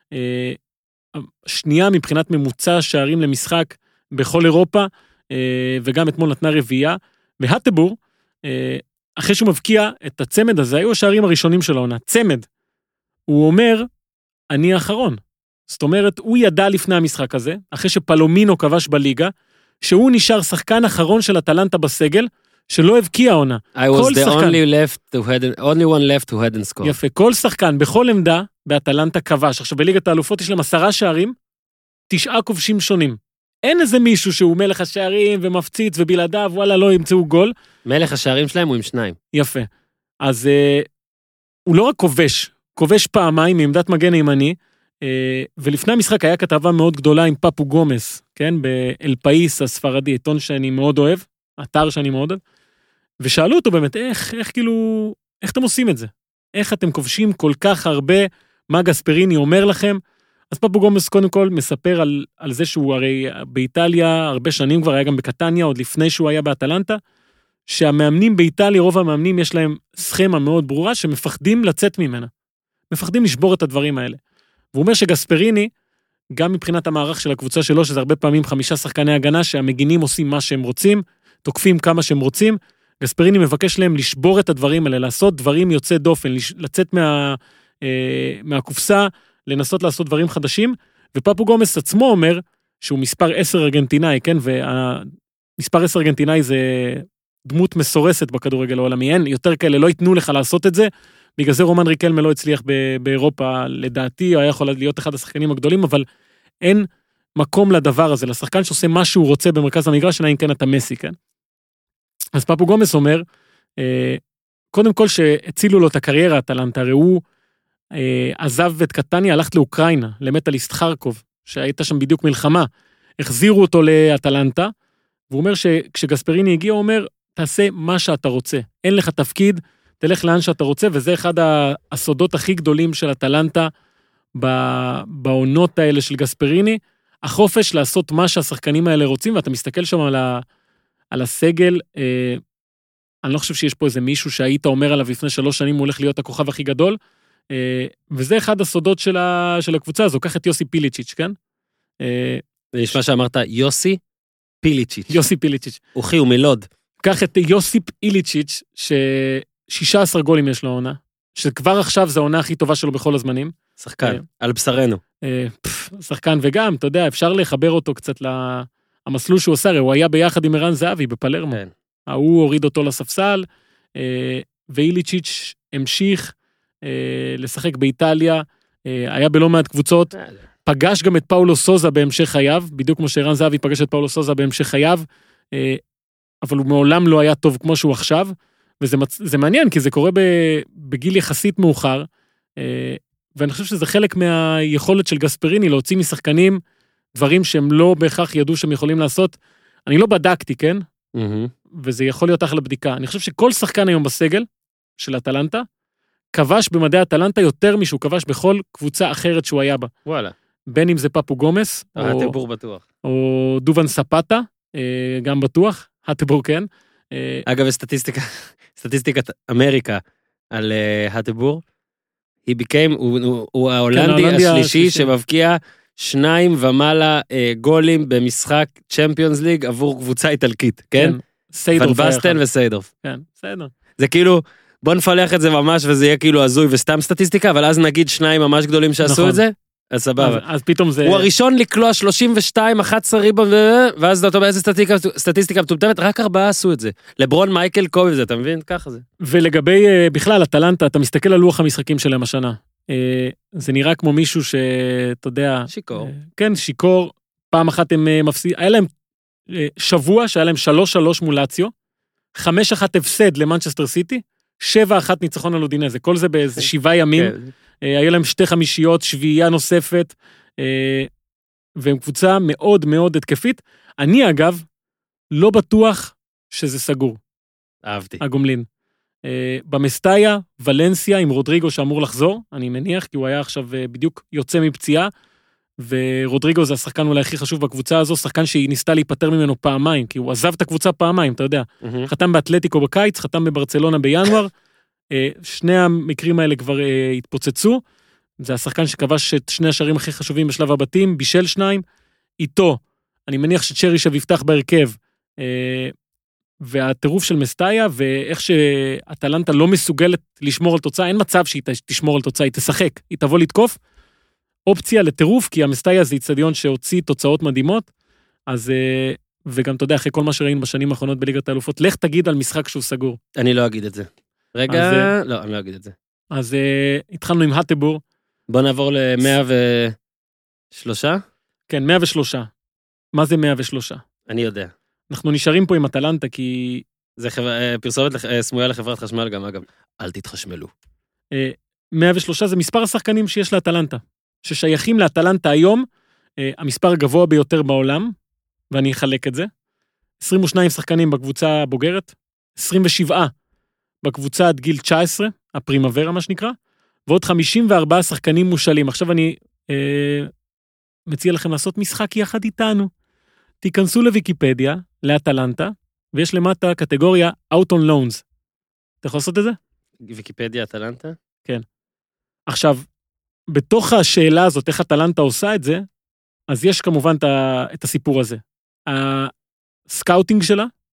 uh, שנייה מבחינת ממוצע שערים למשחק בכל אירופה, uh, וגם אתמול נתנה רביעייה, והטבור, אחרי שהוא מבקיע את הצמד הזה, היו השערים הראשונים של העונה, צמד. הוא אומר, אני האחרון. זאת אומרת, הוא ידע לפני המשחק הזה, אחרי שפלומינו כבש בליגה, שהוא נשאר שחקן אחרון של אטלנטה בסגל, שלא הבקיע העונה. I was כל the שחקן. only left to head, only one left to head and score. יפה, כל שחקן, בכל עמדה, באטלנטה כבש. עכשיו, בליגת האלופות יש להם עשרה שערים, תשעה כובשים שונים. אין איזה מישהו שהוא מלך השערים ומפציץ ובלעדיו, וואלה, לא ימצאו גול. מלך השערים שלהם הוא עם שניים. יפה. אז אה, הוא לא רק כובש, כובש פעמיים מעמדת מגן הימני, אה, ולפני המשחק היה כתבה מאוד גדולה עם פפו גומס, כן, באל פאיס הספרדי, עיתון שאני מאוד אוהב, אתר שאני מאוד אוהב, ושאלו אותו באמת, איך, איך כאילו, איך אתם עושים את זה? איך אתם כובשים כל כך הרבה, מה גספריני אומר לכם? אז פפו גומס קודם כל מספר על, על זה שהוא הרי באיטליה הרבה שנים כבר היה גם בקטניה, עוד לפני שהוא היה באטלנטה, שהמאמנים באיטליה, רוב המאמנים יש להם סכמה מאוד ברורה, שמפחדים לצאת ממנה. מפחדים לשבור את הדברים האלה. והוא אומר שגספריני, גם מבחינת המערך של הקבוצה שלו, שזה הרבה פעמים חמישה שחקני הגנה, שהמגינים עושים מה שהם רוצים, תוקפים כמה שהם רוצים, גספריני מבקש להם לשבור את הדברים האלה, לעשות דברים יוצא דופן, לצאת מה, אה, מהקופסה, לנסות לעשות דברים חדשים, ופפו גומס עצמו אומר, שהוא מספר עשר ארגנטינאי, כן, והמספר עשר ארגנטינאי זה דמות מסורסת בכדורגל העולמי, אין, יותר כאלה לא ייתנו לך לעשות את זה, בגלל זה רומן ריקלמה לא הצליח באירופה, לדעתי, היה יכול להיות אחד השחקנים הגדולים, אבל אין מקום לדבר הזה, לשחקן שעושה מה שהוא רוצה במרכז המגרש, אלא אם כן אתה מסי, כן? אז פפו גומס אומר, קודם כל שהצילו לו את הקריירה, הטלנטה, הרי הוא עזב את קטניה, הלכת לאוקראינה, למטליסט חרקוב, שהייתה שם בדיוק מלחמה, החזירו אותו לאטלנטה, והוא אומר שכשגספריני הגיע, הוא אומר, תעשה מה שאתה רוצה, אין לך תפקיד, תלך לאן שאתה רוצה, וזה אחד הסודות הכי גדולים של אטלנטה, בעונות האלה של גספריני, החופש לעשות מה שהשחקנים האלה רוצים, ואתה מסתכל שם על, ה, על הסגל, אה, אני לא חושב שיש פה איזה מישהו שהיית אומר עליו לפני שלוש שנים, הוא הולך להיות הכוכב הכי גדול, אה, וזה אחד הסודות של, ה, של הקבוצה, אז לוקח את יוסי פיליצ'יץ', כן? אה, זה נשמע שאמרת יוסי פיליצ'יץ'. יוסי פיליצ'יץ'. אוכי, הוא מילוד. קח את יוסי איליצ'יץ', ש-שישה עשר גולים יש לו עונה, שכבר עכשיו זה העונה הכי טובה שלו בכל הזמנים. שחקן, על בשרנו. שחקן וגם, אתה יודע, אפשר לחבר אותו קצת למסלול שהוא עושה, הוא היה ביחד עם ערן זהבי בפלרמו. הוא הוריד אותו לספסל, ואיליצ'יץ' המשיך לשחק באיטליה, היה בלא מעט קבוצות, פגש גם את פאולו סוזה בהמשך חייו, בדיוק כמו שערן זהבי פגש את פאולו סוזה בהמשך חייו, אבל הוא מעולם לא היה טוב כמו שהוא עכשיו, וזה זה מעניין, כי זה קורה בגיל יחסית מאוחר, ואני חושב שזה חלק מהיכולת של גספריני, להוציא משחקנים דברים שהם לא בהכרח ידעו שהם יכולים לעשות. אני לא בדקתי, כן? וזה יכול להיות אחלה בדיקה. אני חושב שכל שחקן היום בסגל של אטלנטה, כבש במדעי אטלנטה יותר משהו כבש בכל קבוצה אחרת שהוא היה בה. וואלה. בין אם זה פפו גומס, הטבור בטוח. או דובן ספטה, גם בטוח, הטבור כן. אגב, סטטיסטיקה, סטטיסטיקת אמריקה על הטבור, היא ביקיים, הוא, הוא, הוא ההולנדי כן, השלישי שמבקיע שניים ומעלה אה, גולים במשחק צ'מפיונס ליג עבור קבוצה איטלקית, כן? כן. ון בסטן וסיידורף. כן, בסדר. זה כאילו, בוא נפלח את זה ממש וזה יהיה כאילו הזוי וסתם סטטיסטיקה, אבל אז נגיד שניים ממש גדולים שעשו נכון. את זה, אז סבבה. אז, אז פתאום זה... הוא הראשון לקלוע שלושים ושתיים, אחת עשרה ריבון, ואז אתה אומר איזה סטטיסטיקה, סטטיסטיקה מטומטמת, רק ארבעה עשו את זה. לברון, מייקל, קובי וזה, אתה מבין? ככה זה. ולגבי, בכלל, אטלנטה, אתה מסתכל על לוח המשחקים שלהם השנה. זה נראה כמו מישהו שאתה יודע... שיקור. כן, שיקור. פעם אחת הם מפסיד... היה להם שבוע שהיה להם שלוש שלוש מול לאציו, חמש אחת הפסד למנצ'סטר סיטי, שבע אחת ניצחון על אודינזה. כל זה באיזה שבעה ימים. היה להם שתי חמישיות, שביעייה נוספת, והם קבוצה מאוד מאוד התקפית. אני אגב, לא בטוח שזה סגור. אהבתי. הגומלין. במסטאיה, ולנסיה עם רודריגו שאמור לחזור, אני מניח, כי הוא היה עכשיו בדיוק יוצא מפציעה, ורודריגו זה השחקן אולי הכי חשוב בקבוצה הזו, שחקן שהיא ניסתה להיפטר ממנו פעמיים, כי הוא עזב את הקבוצה פעמיים, אתה יודע. חתם באתלטיקו בקיץ, חתם בברצלונה בינואר, שני המקרים האלה כבר התפוצצו, זה השחקן שכבש את שני השערים הכי חשובים בשלב הבתים, בישל שניים, איתו, אני מניח שצ'רישב יפתח בהרכב, והטירוף של מסטאיה, ואיך שאטלנטה לא מסוגלת לשמור על תוצאה, אין מצב שהיא תשמור על תוצאה, היא תשחק, היא תבוא לתקוף, אופציה לטירוף, כי המסטאיה זה איצטדיון שהוציא תוצאות מדהימות, אז, וגם אתה יודע, אחרי כל מה שראינו בשנים האחרונות בליגת האלופות, לך תגיד על משחק שהוא סגור. אני לא אגיד את זה. רגע, אז, לא, אני לא אגיד את זה. אז התחלנו עם הטבור. בוא נעבור ל-מאה ושלושה? כן, מאה ושלושה. מה זה מאה ושלושה? אני יודע. אנחנו נשארים פה עם אטלנטה, כי... זה חבר... פרסומת סמויה לחברת חשמל גם, אגב. אל תתחשמלו. מאה ושלושה זה מספר השחקנים שיש לאטלנטה, ששייכים לאטלנטה היום, המספר הגבוה ביותר בעולם, ואני אחלק את זה. עשרים ושניים שחקנים בקבוצה הבוגרת, עשרים ושבעה בקבוצה עד גיל תשע עשרה, הפרימוורה מה שנקרא, ועוד חמישים וארבעה שחקנים מושאלים. עכשיו אני אה, מציע לכם לעשות משחק יחד איתנו. תיכנסו לוויקיפדיה, לאטלנטה, ויש למטה קטגוריה Out on Loans. אתה יכול לעשות את זה? ויקיפדיה אטלנטה? כן. עכשיו, בתוך השאלה הזאת, איך אטלנטה עושה את זה, אז יש כמובן את הסיפור הזה. הסקאוטינג שלה,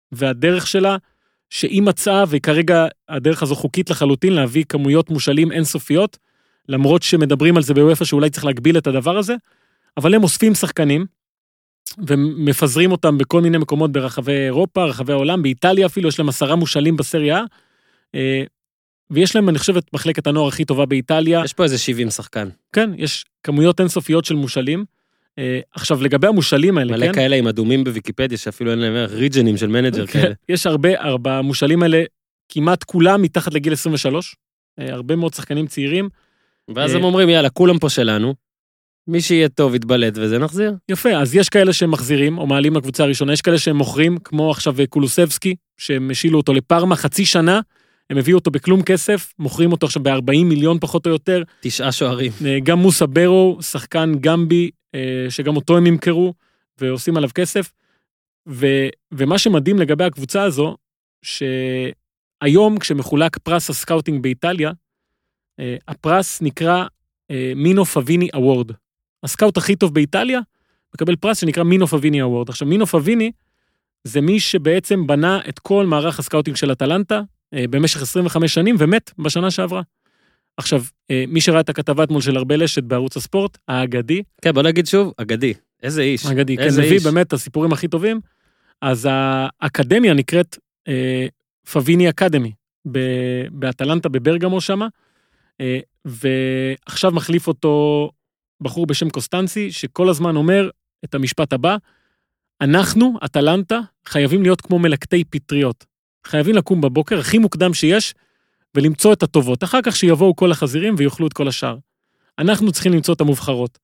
והדרך שלה, שהיא מצאה, וכרגע הדרך הזו חוקית לחלוטין, להביא כמויות מושלים אינסופיות, למרות שמדברים על זה באופה שאולי צריך להגביל את הדבר הזה, אבל הם אוספים שחקנים, ומפזרים אותם בכל מיני מקומות ברחבי אירופה, רחבי העולם, באיטליה אפילו, יש להם עשרה מושלים בסריה, ויש להם, אני חושב, את מחלקת הנוער הכי טובה באיטליה. יש פה איזה שבעים שחקן. כן, יש כמויות אינסופיות של מושלים. עכשיו, לגבי המושלים האלה, מלא כן? כאלה עם אדומים בוויקיפדיה, שאפילו אין להם ריג'נים של מנג'ר כאלה. יש הרבה, הרבה המושלים האלה, כמעט כולם מתחת לגיל עשרים ושלוש, הרבה מאוד שחקנים צעירים. ואז הם אומרים, יאללה, כולם פה שלנו, מי שיהיה טוב יתבלט וזה נחזיר. יפה, אז יש כאלה שהם מחזירים, או מעלים לקבוצה הראשונה, יש כאלה שהם מוכרים, כמו עכשיו קולוסבסקי, שהם השילו אותו לפרמה חצי שנה, הם הביאו אותו בכלום כסף, מוכרים אותו עכשיו ב-ארבעים מיליון פחות או יותר. תשעה שוערים. גם מוסה ברו, שחקן גמבי, שגם אותו הם ימכרו, ועושים עליו כסף. ו, ומה שמדהים לגבי הקבוצה הזו, שהיום כשמחולק פרס הסקאוטינג באיטליה, הפרס נקרא מינו פאביני אוורד. הסקאוט הכי טוב באיטליה, מקבל פרס שנקרא מינו פאביני אוורד. עכשיו, מינו פאביני זה מי שבעצם בנה את כל מערך הסקאוטינג של אטלנטה, במשך עשרים וחמש שנים, ומת בשנה שעברה. עכשיו, מי שראה את הכתבה אתמול של ארבל אשת בערוץ הספורט, האגדי. כן, בוא נגיד שוב, אגדי. איזה איש. אגדי, כן, מביא באמת הסיפורים הכי טובים. אז האקדמיה נקראת פאביני אקדמי, באטלנטה, בברגמו שמה, ועכשיו מחליף אותו בחור בשם קוסטנצי, שכל הזמן אומר את המשפט הבא, אנחנו, אטלנטה, חייבים להיות כמו מלקטי פטריות. חייבים לקום בבוקר, הכי מוקדם שיש, ולמצוא את הטובות. אחר כך שיבואו כל החזירים ויאכלו את כל השאר. אנחנו צריכים למצוא את המובחרות.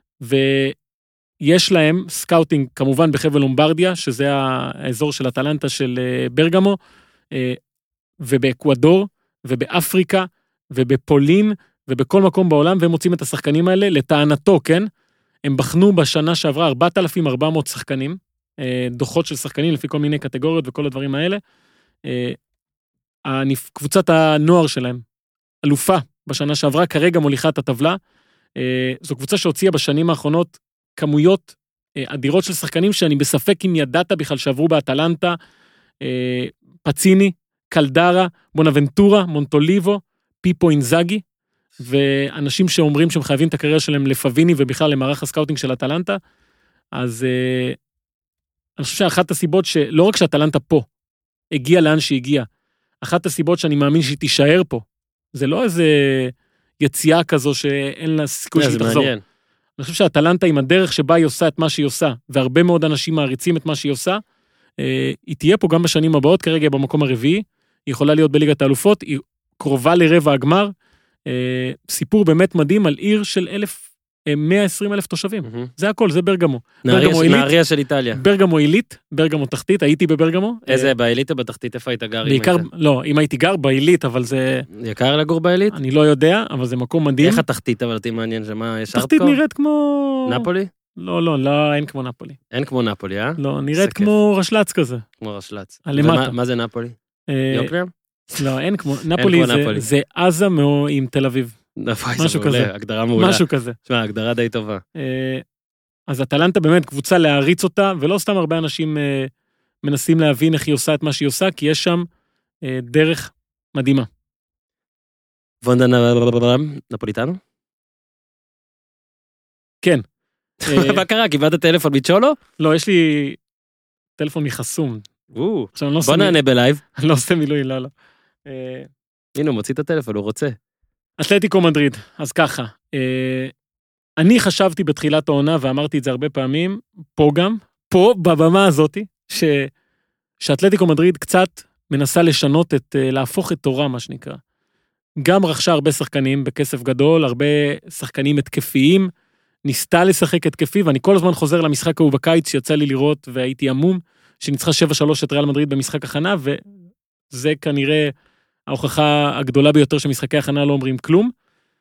ויש להם סקאוטינג, כמובן בחבל לומברדיה, שזה האזור של אטלנטה של ברגמו, ובאקוודור, ובאפריקה, ובפולין, ובכל מקום בעולם, והם מוצאים את השחקנים האלה, לטענתו, כן? הם בחנו בשנה שעברה ארבעת אלפים וארבע מאות שחקנים, דוחות של שחקנים לפי כל מיני קטגוריות וכל הדברים האלה. קבוצת הנוער שלהם, אלופה בשנה שעברה, כרגע מוליכה את הטבלה. זו קבוצה שהוציאה בשנים האחרונות כמויות אדירות של שחקנים, שאני בספק אם ידעת בכלל שעברו באטלנטה, פציני, קלדרה, בונאבנטורה, מונטוליבו, פיפו אינזאגי, ואנשים שאומרים שהם חייבים את הקריירה שלהם לפאביני, ובכלל למערך הסקאוטינג של אטלנטה. אז אני חושב שאחת הסיבות שלא רק שאטלנטה פה, הגיעה לאן שהגיעה, אחת הסיבות שאני מאמין שהיא תישאר פה, זה לא איזה יציאה כזו שאין לה סיכוי שהיא תחזור. אני חושב שאטלנטה עם הדרך שבה היא עושה את מה שהיא עושה, והרבה מאוד אנשים מעריצים את מה שהיא עושה, היא תהיה פה גם בשנים הבאות, כרגע במקום הרביעי, היא יכולה להיות בליגת האלופות, היא קרובה לרבע הגמר, סיפור באמת מדהים על עיר של אלף, מאה ועשרים אלף תושבים. זה הכל, זה ברגמו. נהריה של איטליה. ברגמו עילית, ברגמו תחתית, הייתי בברגמו. איזה, בעילית או בתחתית, איפה היית גר? בעיקר, לא, אם הייתי גר בעילית, אבל זה... יקר לגור בעילית? אני לא יודע, אבל זה מקום מדהים. איך התחתית, אבל אותי מעניין שמה, יש תחתית נראית כמו... נפולי? לא, לא, לא, אין כמו נפולי. אין כמו נפולי, אה? לא, נראית כמו רשל"צ כזה. כמו רשל"צ. למטה. מה זה נפולי? יוקנעם? לא, אין כמו, נפולי זה עזה עם תל אביב. משהו כזה. הגדרה מעולה. משהו כזה. תשמע, הגדרה די טובה. אז אטלנטה באמת קבוצה להריץ אותה, ולא סתם הרבה אנשים מנסים להבין איך היא עושה את מה שהיא עושה, כי יש שם דרך מדהימה. וונדה נפוליטנו? כן. מה קרה? קיבלת טלפון מצ'ולו? לא, יש לי טלפון מחסום. בוא נענה בלייב. אני לא עושה מילואים, לא, לא. הנה, הוא מוציא את הטלפון, הוא רוצה. אתלטיקו מדריד, אז ככה. אני חשבתי בתחילת העונה, ואמרתי את זה הרבה פעמים, פה גם, פה, בבמה הזאת, שאתלטיקו מדריד קצת מנסה לשנות את, להפוך את תורה, מה שנקרא. גם רכשה הרבה שחקנים בכסף גדול, הרבה שחקנים התקפיים, ניסתה לשחק התקפי, ואני כל הזמן חוזר למשחק ההוא בקיץ, שיצא לי לראות, והייתי עמום, שניצחה שבע שלוש את ריאל מדריד במשחק הכנה, וזה כנראה ההוכחה הגדולה ביותר שמשחקי הכנה לא אומרים כלום,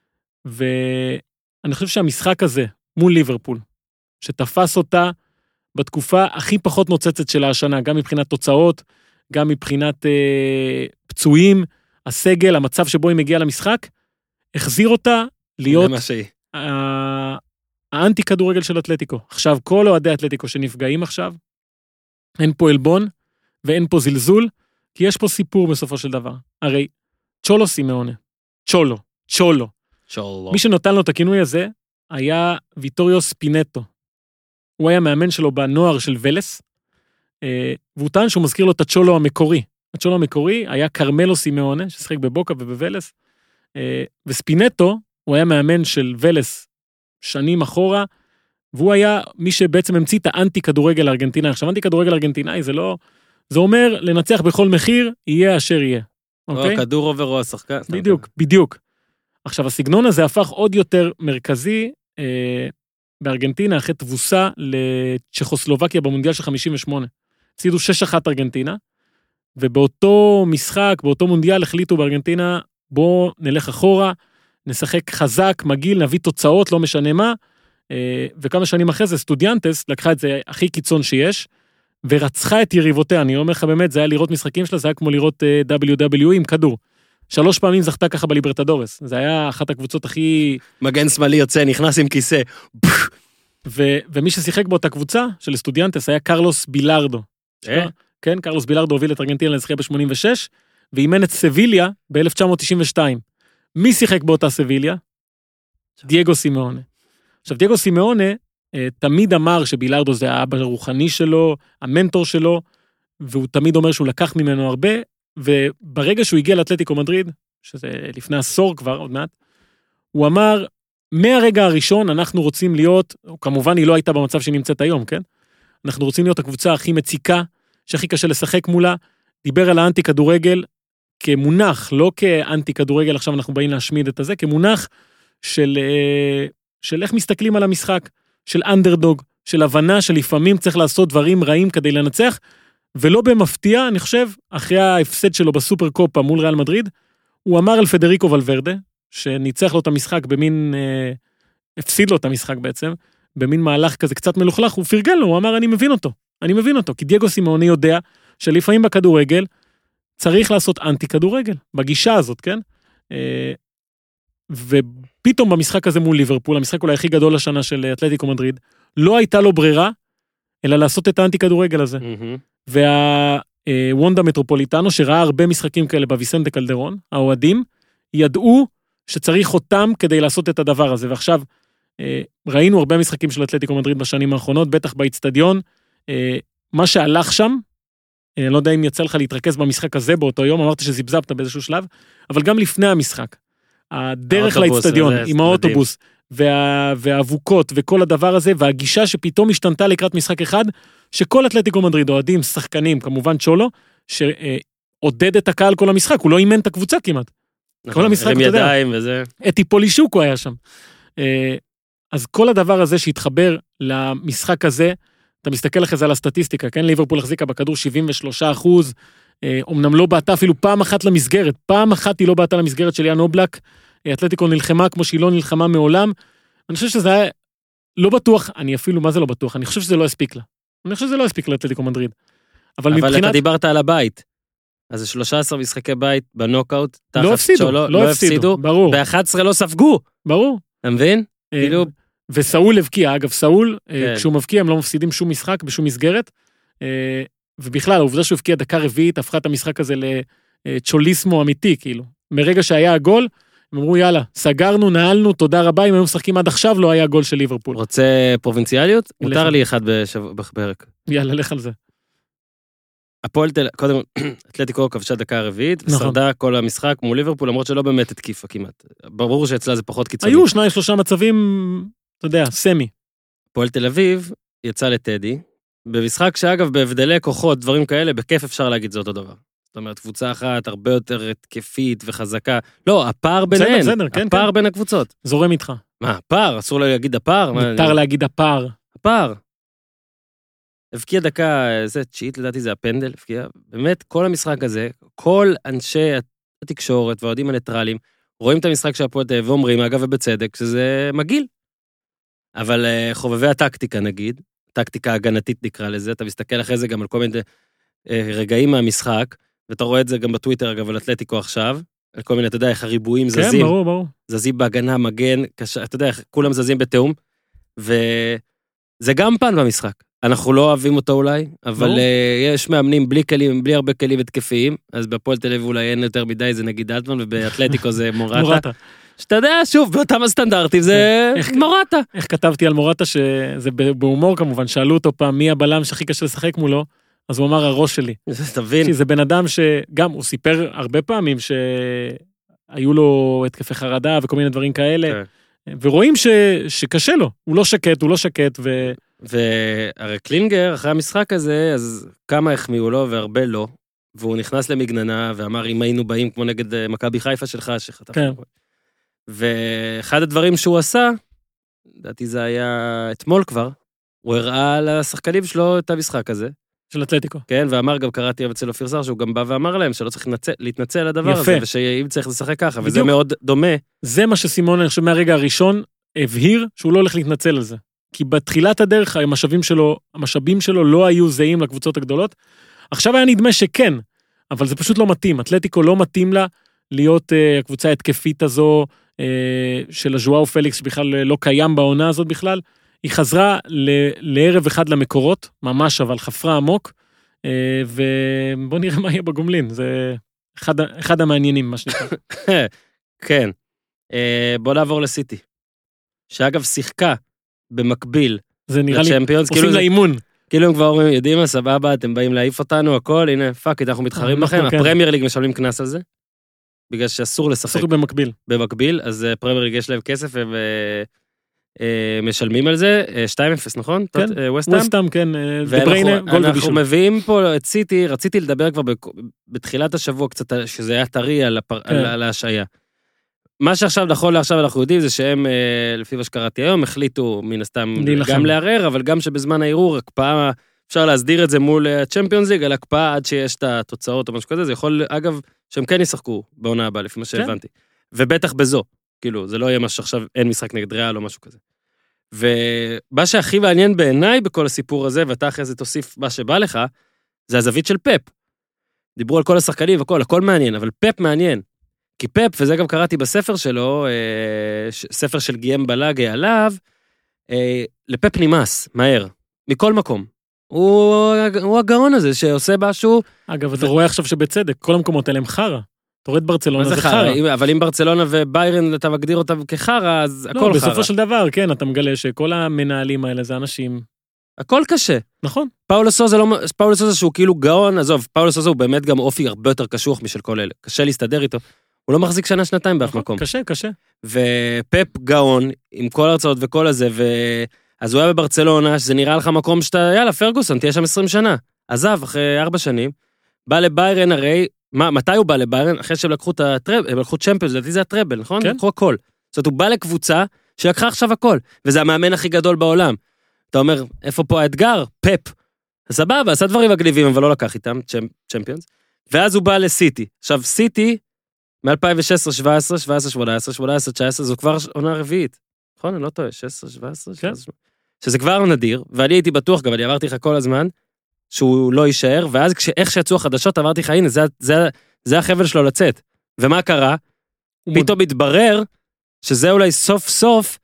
ואני חושב שהמשחק הזה, מול ליברפול, שתפס אותה בתקופה הכי פחות נוצצת של השנה, גם מבחינת תוצאות, גם מבחינת אה, פצועים, הסגל, המצב שבו היא מגיעה למשחק, החזיר אותה להיות אה, האנטי כדורגל של אתלטיקו. עכשיו, כל אוהדי אתלטיקו שנפגעים עכשיו, אין פה אלבון, ואין פה זלזול, כי יש פה סיפור בסופו של דבר. הרי צ'ולו סימאונה, צ'ולו, צ'ולו. צ'ולו. מי שנותן לו את הכינוי הזה, היה ויטוריו ספינטו. הוא היה מאמן שלו בנוער של ולס, והוא טען שהוא מזכיר לו את הצ'ולו המקורי. הצ'ולו המקורי היה קרמלו סימאונה, ששחק בבוקה ובוולס, וספינטו, הוא היה מאמן של ולס שנים אחורה, והוא היה מי שבעצם המציא את האנטי כדורגל הארגנטינאי. עכשיו, אנטי כדורגל הארגנטינאי זה לא, זה אומר לנצח בכל מחיר, יהיה אשר יהיה. או הכדור עובר או השחקן. בדיוק, בדיוק. עכשיו, הסגנון הזה הפך עוד יותר מרכזי אה, בארגנטינה, אחרי תבוסה לצ'כוסלובקיה במונדיאל של חמישים ושמונה. הפסידו שש אחת ארגנטינה, ובאותו משחק, באותו מונדיאל, החליטו בארגנטינה, בוא נלך אחורה, נשחק חזק, מגיל, נביא תוצאות, לא משנה מה, אה, וכמה שנים אחרי זה, סטודיאנטס לקחה את זה הכי קיצון שיש, ורצחה את יריבותיה. אני אומר לך באמת, זה היה לראות משחקים שלה, זה היה כמו לראות אה, דאבליו דאבליו עם כדור. שלוש פעמים זכתה ככה בליברטדורס. זה היה אחת הקבוצות הכי... מגן שמאלי יוצא, נכנס עם כיסא. ו- ומי ששיחק באותה קבוצה של סטודיאנטס היה קרלוס בילארדו. אה? כן, קרלוס בילארדו הוביל את ארגנטינה לזכייה ב-שמונים ושש, ואימן את סביליה ב-אלף תשע מאות תשעים ושתיים. מי שיחק באותה סביליה? דייגו סימאונה. עכשיו, דייגו סימאונה תמיד אמר שבילארדו זה האבא הרוחני שלו, המנטור שלו, והוא תמיד אומר שהוא לקח ממנו הרבה, וברגע שהוא הגיע לאתלטיקו מדריד, שזה לפני עשור כבר, עוד מעט, הוא אמר, מהרגע הראשון אנחנו רוצים להיות, כמובן היא לא הייתה במצב שנמצאת היום, כן? אנחנו רוצים להיות הקבוצה הכי מציקה, שהכי קשה לשחק מולה, דיבר על האנטי כדורגל, כמונח, לא כאנטי כדורגל, עכשיו אנחנו באים להשמיד את הזה, כמונח של, של איך מסתכלים על המשחק, של אנדרדוג, של הבנה שלפעמים צריך לעשות דברים רעים כדי לנצח, ולא במפתיע, אני חושב, אחרי ההפסד שלו בסופר קופה מול ריאל מדריד, הוא אמר על פדריקו ולוורדה, שניצח לו את המשחק במין, אה, הפסיד לו את המשחק בעצם, במין מהלך כזה קצת מלוכלך, הוא פרגן לו, הוא אמר, אני מבין אותו, אני מבין אותו, כי דייגו סימאונה יודע, שלפעמים בכדורגל, צריך לעשות אנטי כדורגל, בגישה הזאת, כן? אה, ופתאום במשחק הזה מול ליברפול, המשחק אולי הכי גדול השנה של אתלטיקו מדריד, לא הייתה לו ברירה, אלא לעשות את האנטי כדורגל הזה. והוונדה מטרופוליטנו, שראה הרבה משחקים כאלה בוויסנטה קלדרון, האוהדים, ידעו שצריך אותם כדי לעשות את הדבר הזה. ועכשיו, ראינו הרבה משחקים של אתלטיקו מדריד בשנים האחרונות, בטח באצטדיון, מה שהלך שם, אני לא יודע אם יצא לך להתרכז במשחק הזה באותו יום, אמרתי שזיבזבת באיזשהו שלב, אבל גם לפני המשחק, הדרך לאצטדיון, עם האוטובוס, וה, והאבוקות, וכל הדבר הזה, והגישה שפתאום השתנתה לקראת משחק אחד, שכל אתלטיקו מדריד, אוהדים, שחקנים, כמובן צ'ולו, שעודד את הקהל כל המשחק, הוא לא אימן את הקבוצה כמעט. כל המשחק, אתה יודע, אתי פולישוקו היה שם. אז כל הדבר הזה שהתחבר למשחק הזה, אתה מסתכל אחרי זה על הסטטיסטיקה, כן? ליברפול החזיקה בכדור שבעים ושלושה אחוז, אמנם לא בעטה אפילו פעם אחת למסגרת, פעם אחת היא לא בעטה למסגרת של יאן אובלק, אתלטיקו נלחמה כמו שהיא לא נלחמה מעולם, אני חושב שזה היה לא בטוח, אני אפילו, מה זה לא בטוח? אני חושב שזה לא הספיק לה. אני חושב שזה לא הספיק לאתלטיקו מדריד. אבל, אבל מבחינת... אתה דיברת על הבית. אז זה שלושה עשר משחקי בית בנוקאוט, לא הפסידו, צ'ולו, לא הפסידו, ברור. ב-אחת עשרה לא ספגו. ברור. אתה מבין? כאילו... וסאול הבקיע, אגב, סאול, כן. כשהוא מבקיע, הם לא מפסידים שום משחק, בשום מסגרת, ובכלל, העובדה שהוא הבקיע דקה רביעית, הפכה את המשחק הזה לצ'וליסמו אמיתי, כאילו. מרגע שהיה הגול, הם אמרו, יאללה, סגרנו, נעלנו, תודה רבה, אם היו משחקים עד עכשיו, לא היה גול של ליברפול. רוצה פרובינציאליות? מותר לי אחד בפרק. יאללה, לך על זה. הפועל תל... קודם, אתלטיקו כבשה דקה רביעית, ושרדה כל המשחק מול ליברפול, למרות שלא באמת התקיפה כמעט. ברור שאצלה זה פחות קיצוני. היו שניים, שלושה מצבים, אתה יודע, סמי. הפועל תל אביב יצא לטדי, במשחק שאגב, בהבדלי כוחות, דברים כאלה, בכיף אפשר להגיד זה אותו דבר. זאת אומרת, קבוצה אחת הרבה יותר התקפית וחזקה. לא, הפער ביניהן. בסדר, בסדר, כן, הפער כן. בין הקבוצות. זורם איתך. מה, הפער? אסור להגיד הפער? מותר להגיד הפער. הפער. הבקיע דקה, זה תשיעית לדעתי, זה הפנדל, הבקיע. באמת, כל המשחק הזה, כל אנשי התקשורת והאוהדים הניטרליים, רואים את המשחק של הפועל תל אביב ואומרים, אגב ובצדק, שזה מגעיל. אבל חובבי הטקטיקה נגיד, טקטיקה הגנתית נקרא לזה, אתה מסתכל אחרי זה גם על כל מיני רגעים מהמשחק, ואתה רואה את זה גם בטוויטר, אגב, על אתלטיקו עכשיו, על כל מיני, אתה יודע, איך הריבועים זזים. כן, ברור, ברור. זזים בהגנה, מגן, קשה, אתה יודע, כולם זזים בתאום, וזה גם פן במשחק. אנחנו לא אוהבים אותו אולי, אבל לא. uh, יש מאמנים בלי כלים, בלי הרבה כלים התקפיים, אז בפועל תל אביב אולי אין יותר מדי, זה נגיד אלטמן, ובאתלטיקו זה מורטה. מורטה. שאתה יודע, שוב, באותם הסטנדרטים זה איך- מורטה. איך כתבתי על מורטה, שזה בהומור כמובן, שאלו אותו פעם מי הבלם שהכי קשה לשחק מולו, אז הוא אמר הראש שלי. תבין. כי זה בן אדם שגם, הוא סיפר הרבה פעמים שהיו לו התקפי חרדה וכל מיני דברים כאלה, ורואים ש, שקשה לו, הוא לא שקט, הוא לא שקט, ו... והרי קלינגר, אחרי המשחק הזה, אז כמה החמיאו לו והרבה לא, והוא נכנס למגננה ואמר, אם היינו באים כמו נגד מכבי חיפה שלך, שחטף. כן. ואחד הדברים שהוא עשה, לדעתי זה היה אתמול כבר, הוא הראה לשחקנים שלו את המשחק הזה, של אתלטיקו. כן, ואמר, גם קראתי אצל אופיר שר, שהוא גם בא ואמר להם שלא צריך להתנצל, להתנצל על הדבר יפה. הזה, ושאם צריך לשחק ככה, וזה בדיוק. מאוד דומה. זה מה שסימון, אני חושב, מהרגע הראשון, הבהיר שהוא לא הולך להתנצל על זה. כי בתחילת הדרך, המשאבים שלו, המשאבים שלו לא היו זהים לקבוצות הגדולות. עכשיו היה נדמה שכן, אבל זה פשוט לא מתאים. אתלטיקו לא מתאים לה להיות uh, הקבוצה ההתקפית הזו, uh, של הז'ואאו פליקס, שבכלל לא קיים בעונה הזאת בכלל. היא חזרה ל- לערב אחד למקורות, ממש אבל חפרה עמוק, uh, ובוא נראה מה יהיה בגומלין. זה אחד, אחד המעניינים, מה שנקרא. כן. אה, בוא נעבור לסיטי. שאגב שיחקה במקביל זה נראה לי, לצ'מפיונס, עושים כאילו זה- לאימון. כאילו הם כבר אומרים, יודעים מה, סבבה, אתם באים להעיף אותנו, הכל, הנה, פאק, אנחנו מתחרים אנחנו בכם, כן. הפרמייר ליג משלמים קנס על זה, בגלל שאסור לשחק שחק במקביל. במקביל, אז אה, פרמייר ליג יש להם כסף, והם אה, אה, משלמים על זה, אה, שתיים אפס, נכון? כן. אה, ווסטהאם? ווסטהאם, כן, דה בריינה, ואנחנו גול אנחנו ובישול. מביאים פה את סיטי, רציתי לדבר כבר בכ- בתחילת השבוע קצת, שזה היה טרי על הפר- כן. על- על ההשעיה. מה שעכשיו נכון לעכשיו אנחנו יודעים זה שהם, אה, לפי מה שקראתי היום, החליטו מן הסתם להילחם. גם לערער, אבל גם שבזמן הערעור, הקפאה, אפשר להסדיר את זה מול הצ'מפיונס ליג, על הקפאה עד שיש את התוצאות או משהו כזה, זה יכול, אגב, שהם כן ישחקו בעונה הבאה, לפי מה שהבנתי. ובטח בזו, כאילו, זה לא יהיה מה שעכשיו אין משחק נגד ריאל או משהו כזה. ומה שהכי מעניין בעיניי בכל הסיפור הזה, ואתה אחרי זה תוסיף מה שבא לך, זה הזווית של פפ. דיברו על כל השחקנים וכל, הכל מעניין, אבל פפ מעניין. כי פפ, וזה גם קראתי בספר שלו, אה, ש- ספר של גיים בלאגה עליו, אה, לפפ נמאס, מהר, מכל מקום. הוא, הוא הגאון הזה שעושה משהו, אגב, אתה רואה עכשיו שבצדק, כל המקומות האלה הם חרא. אתה רואה את ברצלונה, מה זה זה חרא? חרא. אם- אבל אם ברצלונה וביירן אתה מגדיר אותם כחרא, אז לא, הכל חרא. בסופו של דבר, כן, אתה מגלה שכל המנהלים האלה זה אנשים, הכל קשה. נכון? פאולו סוזה, לא, פאולו סוזה שהוא כאילו גאון, עזוב, פאולו סוזה הוא באמת גם אופי הרבה יותר קשוח משל כל אלה. קשה להסתדר איתו. הוא לא מחזיק שנה, שנתיים באף נכון, מקום. קשה, קשה. ופפ גאון, עם כל ההרצאות וכל הזה, ו... אז הוא היה בברצלונה, שזה נראה לך מקום שאתה, יאללה, פרגוסון, תהיה שם עשרים שנה. עזב אחרי ארבע שנים, בא לביירן הרי, מה, מתי הוא בא לביירן? אחרי שהם לקחו את הטרבל, הם לקחו צ'מפיונס, לדעתי זה הטרבל, נכון? כן. לקחו הכל. זאת אומרת, הוא בא לקבוצה שלקחה עכשיו הכל, וזה המאמן הכי גדול בעולם. אתה אומר, איפה פה האתגר? פפ. סבבה, עשה דברים מגניבים, אבל לא לקח איתם, צ'מפיונס. ואז הוא בא לסיטי. עכשיו, סיטי, מ-אלפיים ושש עשרה שבע עשרה, שבע עשרה שמונה עשרה, שמונה עשרה תשע עשרה, זו כבר עונה רביעית. נכון, אני לא טועה, שש עשרה שבע עשרה, כן. שזה כבר נדיר, ואני הייתי בטוח, גם אני אמרתי לך כל הזמן, שהוא לא יישאר, ואז איך שיצאו החדשות, אמרתי לך, הנה, זה, זה, זה החבל שלו לצאת. ומה קרה? פתאום מתברר, שזה אולי סוף סוף,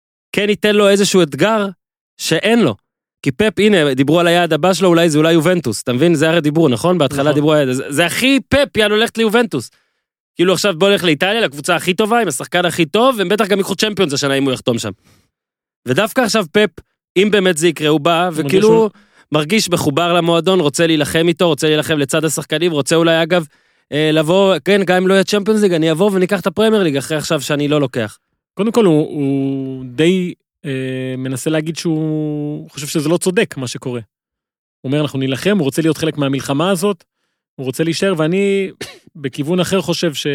כן ייתן לו איזשהו אתגר, שאין לו. כי פפ, הנה, דיברו על היעד הבא שלו, אולי זה אולי יובנטוס, אתה מבין? זה הרי דיברו, נכון? בהתחלה נכון. דיברו, זה, זה הכי פפ, יאללה, הולכת ליובנטוס. כאילו עכשיו בוא הולך לאיטליה, לקבוצה הכי טובה, עם השחקן הכי טוב, והם בטח גם יקחו צ'מפיונס השנה אם הוא יחתום שם. ודווקא עכשיו פפ, אם באמת זה יקרה, הוא בא, וכאילו שהוא... מרגיש מחובר למועדון, רוצה להילחם איתו, רוצה להילחם לצד השחקנים, רוצה אולי אגב, אה, לבוא, כן, גם אם לא יהיה צ'מפיונס ליג, אני אבוא וניקח את הפרמייר ליג, אחרי עכשיו שאני לא לוקח. קודם כל, הוא, הוא די אה, מנסה להגיד שהוא חושב שזה לא צודק, מה שקורה. הוא אומר, אנחנו נילחם, הוא רוצה להיות חלק מהמלחמה הזאת, הוא רוצה להישאר, ואני בכיוון אחר חושב ש...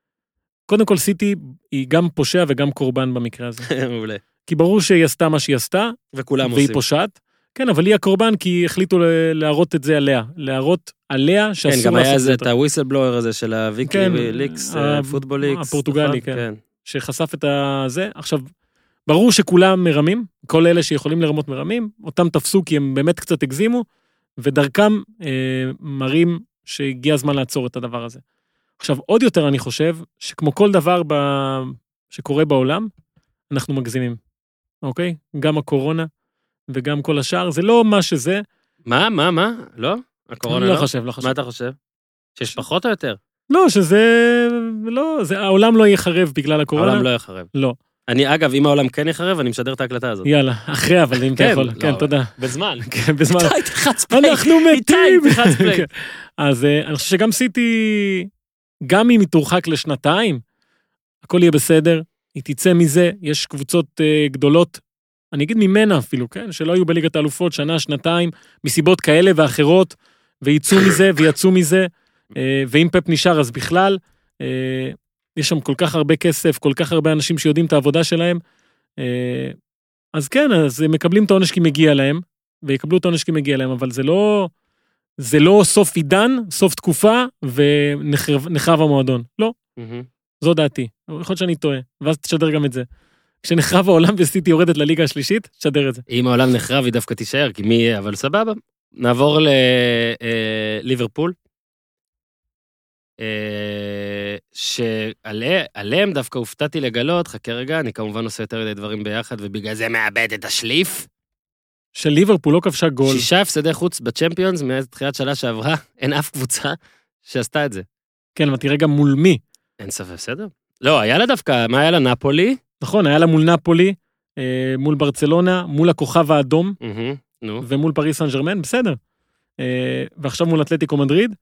קודם כל, סיטי היא גם פושע וגם קורבן במקרה הזה. מעולה. כי ברור שהיא עשתה מה שהיא עשתה, וכולם והיא עושים. פושעת. כן, אבל היא הקורבן, כי החליטו להראות את זה עליה. להראות עליה שאסור כן, לעשות גם היה את זה זה. את הוויסלבלואר הזה של הוויקי כן, ליקס, ה- פוטבול ליקס. הפורטוגלי, נכון? כן. שחשף את הזה. עכשיו, ברור שכולם מרמים, כל אלה שיכולים לרמות מרמים, אותם תפסו כי הם באמת קצת הגזימו, ודרכם אה, מראים שהגיע הזמן לעצור את הדבר הזה. עכשיו, עוד יותר אני חושב, שכמו כל דבר ב... שקורה בעולם, אנחנו מגזימים. אוקיי? גם הקורונה, וגם כל השאר, זה לא מה שזה. מה, מה, מה? לא? הקורונה לא לא? חושב, לא חושב. מה אתה חושב? שיש פחות או יותר? לא, שזה, לא, זה, העולם לא יחרב בגלל הקורונה. העולם לא יחרב. לא. אני, אגב, אם העולם כן יחרב, אני משדר את ההקלטה הזאת. יאללה, אחרי אבל אם אתה יכול. כן, תודה. בזמן. כן, בזמן. איתי, תחץ פליי. אנחנו מתים. איתי, תחץ פליי. אז אני חושב שגם סיטי, גם אם היא תורחק לשנתיים, הכל יהיה בסדר, היא תצא מזה, יש קבוצות גדולות, אני אגיד ממנה אפילו, כן, שלא היו בליגת האלופות שנה, שנתיים, מסיבות כאלה ואחרות, ויצאו מזה ויצאו מזה, ואם פפ נשאר אז בכלל, יש שם כל כך הרבה כסף, כל כך הרבה אנשים שיודעים את העבודה שלהם, אז כן, אז הם מקבלים את העונש כי מגיע להם, ויקבלו את העונש כי מגיע להם, אבל זה לא, זה לא סוף עידן, סוף תקופה, ונחרב המועדון. לא, זו דעתי. יכול להיות שאני טועה, ואז תשדר גם את זה. כשנחרב העולם וסיטי יורדת לליגה השלישית, תשדר את זה. אם העולם נחרב, היא דווקא תישאר, כי מי יהיה, אבל סבבה. נעבור לליברפול. שעליהם דווקא הופתעתי לגלות, חכה רגע, אני כמובן עושה יותר ידי דברים ביחד, ובגלל זה מאבד את השליף. של ליברפול לא כבשה גול. שישה הפסדי חוץ בצ'מפיונס, מאז תחילת שנה שעברה, אין אף קבוצה שעשתה את זה. כן, אבל תראה גם מול מי. אין ספק, בסדר? לא, היה לה דווקא, מה היה לה, נפולי? נכון, היה לה מול נפולי, מול ברצלונה, מול הכוכב האדום, ומול פריס סן ז'רמן, בסדר. ועכשיו מול אתלטיקו מדריד,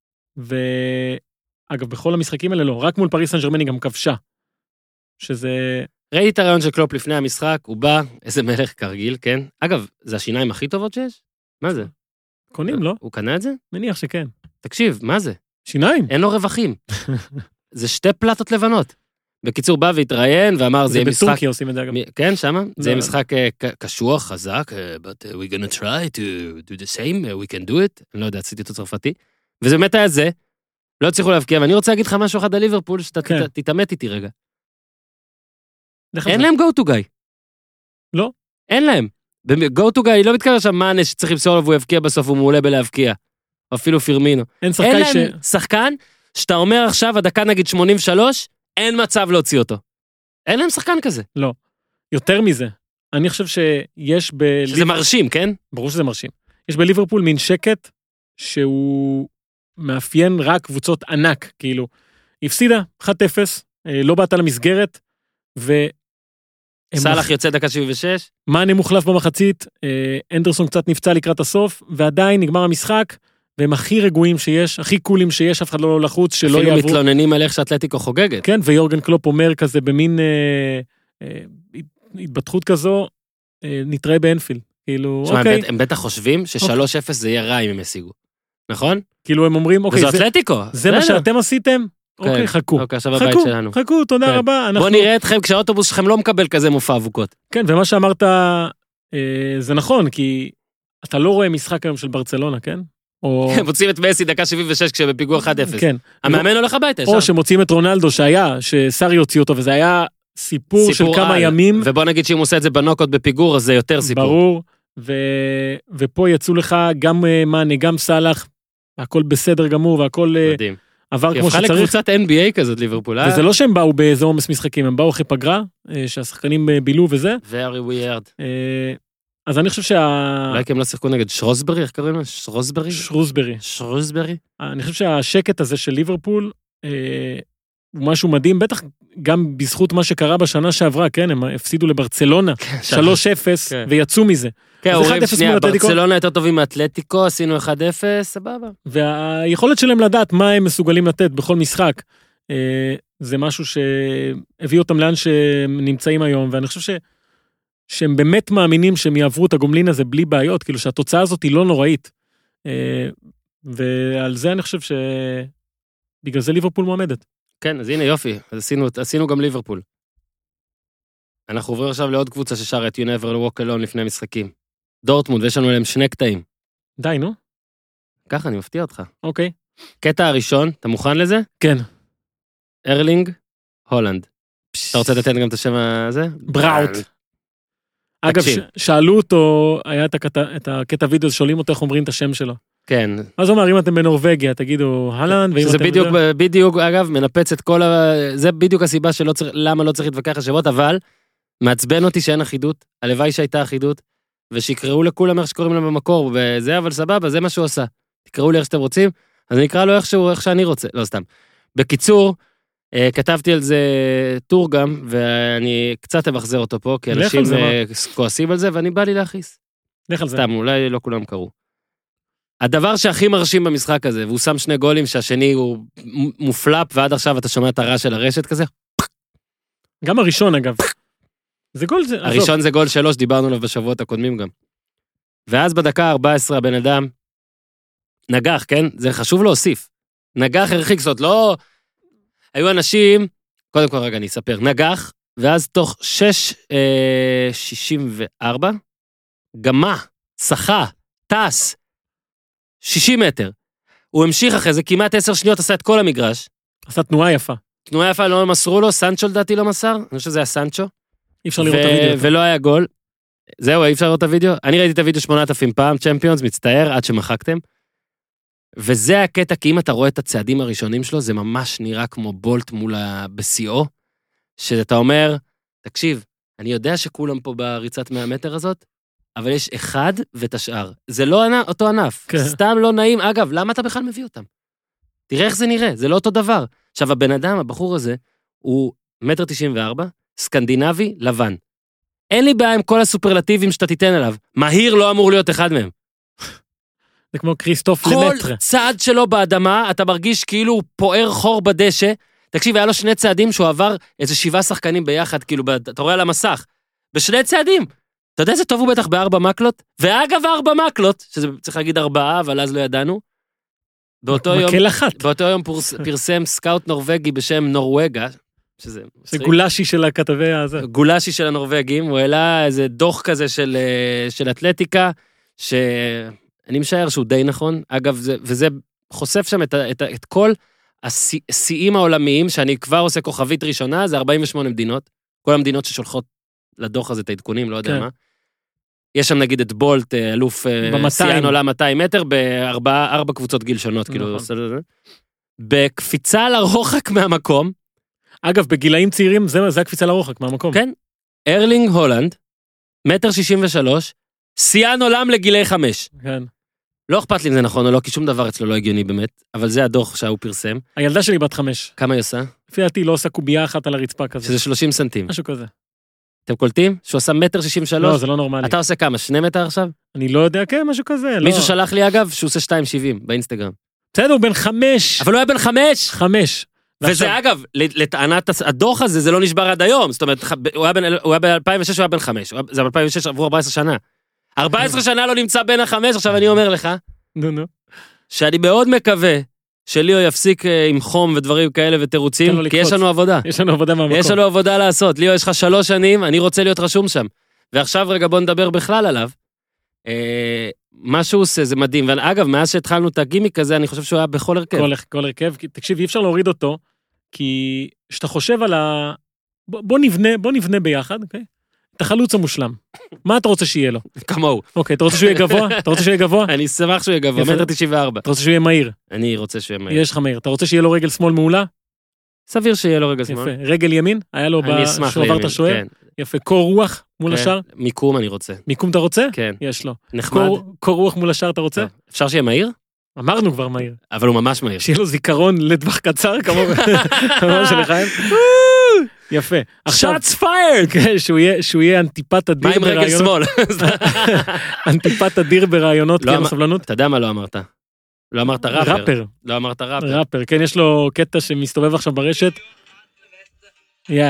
ואגב, בכל המשחקים האלה לא, רק מול פריס סן ז'רמן היא גם כבשה. שזה... ראיתי את הרעיון של קלופ לפני המשחק, הוא בא, איזה מלך כרגיל, כן? אגב, זה השיניים הכי טובות שיש? מה זה? קונים, לא? הוא קנה את זה? מניח שכן. תקשיב, מה זה? שיניים? אין לו רווחים. זה שתי פלטות לבנות. בקיצור, בא והתראיין ואמר, זה יהיה משחק... זה בטורקיה עושים את זה, אגב. כן, שמה? זה יהיה משחק קשוח, חזק, but we're gonna try to do the same, we can do it. אני לא יודע, עשיתי אותו צרפתי. וזה באמת היה זה, לא הצליחו להבקיע, ואני רוצה להגיד לך משהו אחד על ליברפול, שאתה תתאמת איתי רגע. אין להם go to guy. לא. אין להם. go to guy, לא מתקרב שם מאנה שצריך למסור לו והוא יבקיע בסוף, הוא מעולה בלהבקיע. או אפילו פירמינו. אין להם שחקן, שאתה אומר עכשיו, הדקה נגיד שמונים ושלוש, אין מצב להוציא אותו. אין להם שחקן כזה. לא. יותר מזה. אני חושב שיש ב... שזה מרשים, כן? ברור שזה מרשים. יש בליברפול מין שקט, שהוא מאפיין רק קבוצות ענק, כאילו. הפסידה, אחת אפס, לא באת למסגרת, ו... סלח יוצא דקה שבעים ושש. מאנה מוחלף במחצית, אנדרסון קצת נפצע לקראת הסוף, ועדיין נגמר המשחק, והם הכי רגועים שיש, הכי קולים שיש, אף אחד לא לחוץ, שלא יעברו. אפילו מתלוננים על איך שאתלטיקו חוגגת. כן, ויורגן קלופ אומר כזה, במין אה, אה, התבטחות כזו, אה, נתראה באנפילד. כאילו, שמה, אוקיי. הם בטח חושבים ש-שלוש אפס זה יהיה רע אם הם ישיגו. נכון? כאילו הם אומרים, אוקיי, וזו אתלטיקו. זה מה שאתם עשיתם? אוקיי, חכו. אוקיי, עכשיו הבית שלנו. חכו, תודה רבה. בוא נראה אתכם כשהאוטובוס שלכם לא מקבל כזה מופע אבוקות. כן, ומה שאמרת, זה נכון, כי אתה לא רואה משחק היום של ברצלונה, כן? הם מוצאים את מסי דקה שבעים ושש כשבפיגוע אחת אפס. כן. המאמן הולך הביתה. או שמוצאים את רונלדו שהיה, שסארי הוציא אותו, וזה היה סיפור של כמה ימים. ובוא נגיד שאם הוא עושה את זה בנוקות בפיגור, אז זה יותר סיפור. ברור, ופה יצאו לך גם מאנה, גם סלח, הכל בסדר גמור, והכל עבר כמו שצריך. הפכה לקבוצת אן בי איי כזאת, ליברפול. וזה לא שהם באו באיזה עומס משחקים, הם באו אחרי פגרה, שהשחקנים בילו וזה. Very weird. אז אני חושב שה... אולי כי הם לא שיחקו נגד שרוסברי, איך קוראים לו? שרוסברי? שרוסברי. שרוסברי? אני חושב שהשקט הזה של ליברפול, הוא משהו מדהים, בטח גם בזכות מה שקרה בשנה שעברה, כן, הם הפסידו לברצלונה, שלוש אפס, ויצאו מזה. כן, אומרים שנייה, ברצלונה יותר טובים מאתלטיקו, עשינו אחד אפס, סבבה. והיכולת שלהם לדעת מה הם מסוגלים לתת בכל משחק, זה משהו שהביא אותם לאן שהם נמצאים היום, ואני חושב ש... שהם באמת מאמינים שהם יעברו את הגומלין הזה בלי בעיות, כאילו שהתוצאה הזאת היא לא נוראית. ועל זה אני חושב שבגלל זה ליברפול מועמדת. כן, אז הנה יופי, אז עשינו, עשינו גם ליברפול. אנחנו עוברים עכשיו לעוד קבוצה ששרה את You Never Walk Alone לפני משחקים. דורטמונד, ויש לנו אליהם שני קטעים. די, נו. ככה, אני מפתיע אותך. אוקיי. קטע הראשון, אתה מוכן לזה? כן. ארלינג, הולנד. אתה רוצה לתת גם את השם הזה? בראוט. אגב, שאלו אותו, היה את הקטע וידאו, שואלים אותו איך אומרים את השם שלו. כן. אז הוא אומר, אם אתם בנורווגיה, תגידו, הלנד, ואם זה אתם... בדיוק, בדיוק, אגב, מנפץ את כל ה... זה בדיוק הסיבה שלא צריך, למה לא צריך להתווכח השבועות, אבל מעצבן אותי שאין אחידות, הלוואי שהייתה אחידות, ושיקראו לכולם איך שקוראים להם במקור, וזה, אבל סבבה, זה מה שהוא עושה. תקראו לי איך שאתם רוצים, אז אני אקרא לו איכשהו, איך שאני רוצה, לא סתם. בקיצור, כתבתי על זה טור גם, ואני קצת אבחזר אותו פה, כי אנשים כועסים על זה, ואני בא לי להכיס. לך על זה. סתם, אולי לא כולם קראו. הדבר שהכי מרשים במשחק הזה, והוא שם שני גולים שהשני הוא מופלפ, ועד עכשיו אתה שומע את הרעש של הרשת כזה. גם הראשון אגב. זה גול זה... הראשון זה גול שלוש, דיברנו עליו בשבועות הקודמים גם. ואז בדקה ה-ארבע עשרה הבן אדם, נגח, כן? זה חשוב להוסיף. נגח הרחיק, זאת לא... היו אנשים, קודם כל רגע אני אספר, נגח, ואז תוך שש שישים וארבע, גמה, שחה, טס, שישים מטר. הוא המשיך אחרי זה, כמעט עשר שניות עשה את כל המגרש. עשה תנועה יפה. תנועה יפה, לא מסרו לו, סנצ'ו לדעתי לא מסר, אני חושב שזה היה סנצ'ו. אי אפשר לראות את הוידאו. ולא היה גול. זהו, אי אפשר לראות את הוידאו. אני ראיתי את הוידאו שמונת אלפים פעם, צ'מפיונס, מצטער, עד שמחקתם. וזה הקטע, כי אם אתה רואה את הצעדים הראשונים שלו, זה ממש נראה כמו בולט מול ה-בסיאו, שאתה אומר, תקשיב, אני יודע שכולם פה בריצת מאה מטר הזאת, אבל יש אחד ואת השאר. זה לא אותו ענף, כן. סתם לא נעים. אגב, למה אתה בכלל מביא אותם? תראה איך זה נראה, זה לא אותו דבר. עכשיו, הבן אדם, הבחור הזה, הוא מטר תשעים וארבע, סקנדינבי, לבן. אין לי בעיה עם כל הסופרלטיבים שאתה תיתן עליו. מהיר לא אמור להיות אחד מהם. זה כמו קריסטוף למטר. כל צעד שלו באדמה, אתה מרגיש כאילו הוא פוער חור בדשא. תקשיב, היה לו שני צעדים שהוא עבר איזה שבעה שחקנים ביחד, כאילו, אתה רואה על המסך. בשני צעדים. אתה יודע איזה טוב הוא בטח בארבע מקלות? ואגב ארבע מקלות, שזה צריך להגיד ארבעה, אבל אז לא ידענו. באותו יום, מקל אחת. באותו יום פורס, פרסם סקאוט נורווגי בשם נורווגה, שזה... זה גולשי של הכתבי הזה. גולשי של הנורווגים, הוא העלה איזה דוח כזה של, של אתלטיקה, שאני משער שהוא די נכון, אגב, זה, וזה חושף שם את, את, את כל השיאים העולמיים, שאני כבר עושה כוכבית ראשונה, זה ארבעים ושמונה מדינות, כל המדינות ששולחות לדוח הזה את העדכונים, לא יודע כן. מה. יש שם נגיד את בולט, אלוף שיאן עולה מאתיים מטר, בארבע ארבע קבוצות גיל שונות, כאילו, בקפיצה לרוחק מהמקום. אגב, בגילאים צעירים, זה, זה הקפיצה לרוחק מהמקום. כן. ארלינג הולנד, מטר שישים ושלוש, שיאן עולם לגילי חמש. כן. לא אכפת לי אם זה נכון או לא, כי שום דבר אצלו לא הגיוני באמת, אבל זה הדוח שהוא פרסם. הילדה שלי בת חמש. כמה היא עושה? לפי דעתי לא עושה קובייה אחת על הרצפה כזה. שזה שלושים סנטים. משהו כזה. אתם קולטים? שהוא עושה מטר שישים ושלוש? לא, זה לא נורמלי. אתה עושה כמה? שני מטר עכשיו? אני לא יודע, כן, משהו כזה. מישהו שלח לי אגב, שהוא עושה שתיים שבעים באינסטגרם. בסדר, הוא בן חמש. אבל הוא היה בן חמש. חמש. וזה אגב, לטענת הדוח הזה, זה לא נשבר עד היום. זאת אומרת, הוא היה ב-אלפיים ושש, הוא היה בן חמש. זה ב-אלפיים ושש עברו ארבע עשרה שנה. ארבע עשרה שנה לא נמצא בין החמש, עכשיו אני אומר לך, נו, נו. שאני מאוד מקווה שליאו יפסיק עם חום ודברים כאלה ותירוצים, כי יש לנו עבודה. יש לנו עבודה מהמקום. יש לנו עבודה לעשות. ליאו, יש לך שלוש שנים, אני רוצה להיות רשום שם. ועכשיו רגע בוא נדבר בכלל עליו. מה שהוא עושה זה מדהים, ואגב, מאז שהתחלנו את הגימיק הזה, אני חושב שהוא היה בכל הרכב. כל, כל הרכב, תקשיב, אי אפשר להוריד אותו, כי שאתה חושב על ה... בוא נבנה, בוא נבנה ביחד, אוקיי? את החלוץ המושלם. מה אתה רוצה שיהיה לו? כמוהו. אוקיי, אתה רוצה שהוא יהיה גבוה? אתה רוצה שהוא יהיה גבוה? אני אשמח שהוא יהיה גבוה, מטר תשעים וארבע. אתה רוצה שהוא יהיה מהיר? אני רוצה שהוא יהיה מהיר. יש לך מהיר. אתה רוצה שיהיה לו רגל שמאל מעולה? סביר שיהיה לו רגל שמאל. יפה. רגל ימין? היה לו שהוא עבר את השוער? יפה. קור רוח מול השאר? מיקום אני רוצה. מיקום אתה רוצה? כן. יש לו. נחמד. קור רוח מול השאר אתה רוצה? אפשר שיהיה מהיר? אמרנו כבר מהיר. אבל הוא ממש מהיר. שיהיה לו זיכרון לטווח קצר, כמו שלכם. יפה. Shots fired! כן, שהוא יהיה אנטיפט אדיר ברעיונות. מה עם רגל שמאל? אנטיפט אדיר ברעיונות, כן, בסבלנות. אתה יודע מה לא אמרת? לא אמרת ראפר. ראפר. לא אמרת ראפר. ראפר, כן, יש לו קטע שמסתובב עכשיו ברשת. יא.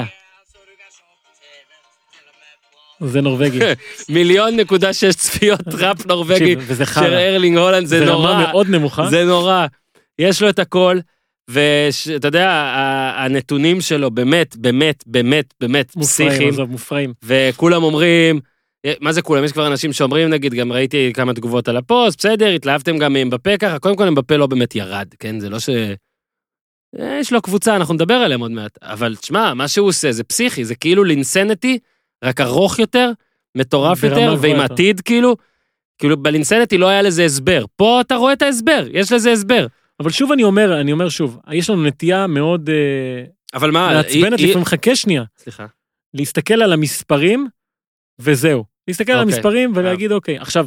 זה נורווגי. מיליון נקודה שש צפיות ראפ נורווגי של ארלינג הולנד, זה נורא. זה רמה מאוד נמוכה. זה נורא. יש לו את הכל, ואתה יודע, הנתונים שלו באמת, באמת, באמת, באמת פסיכיים. מופרעים. וכולם אומרים, מה זה כולם? יש כבר אנשים שאומרים, נגיד, גם ראיתי כמה תגובות על הפוסט, בסדר, התלהבתם גם מבפה ככה, קודם כל מבפה לא באמת ירד, כן? זה לא ש... יש לו קבוצה, אנחנו נדבר עליהם עוד מעט, אבל תשמע, מה שהוא עושה זה פסיכי, זה כאילו לינסנטי, רק ארוך יותר, מטורף יותר, ועם עתיד כאילו, כאילו בלינסנטי לא היה לזה הסבר, פה אתה רואה את ההסבר, יש לזה הסבר. אבל שוב אני אומר, אני אומר שוב, יש לנו נטייה מאוד אבל מה, מעצבנת, לפעמים חכה שנייה. סליחה. להסתכל על המספרים, וזהו. להסתכל על המספרים ולהגיד, אוקיי, עכשיו,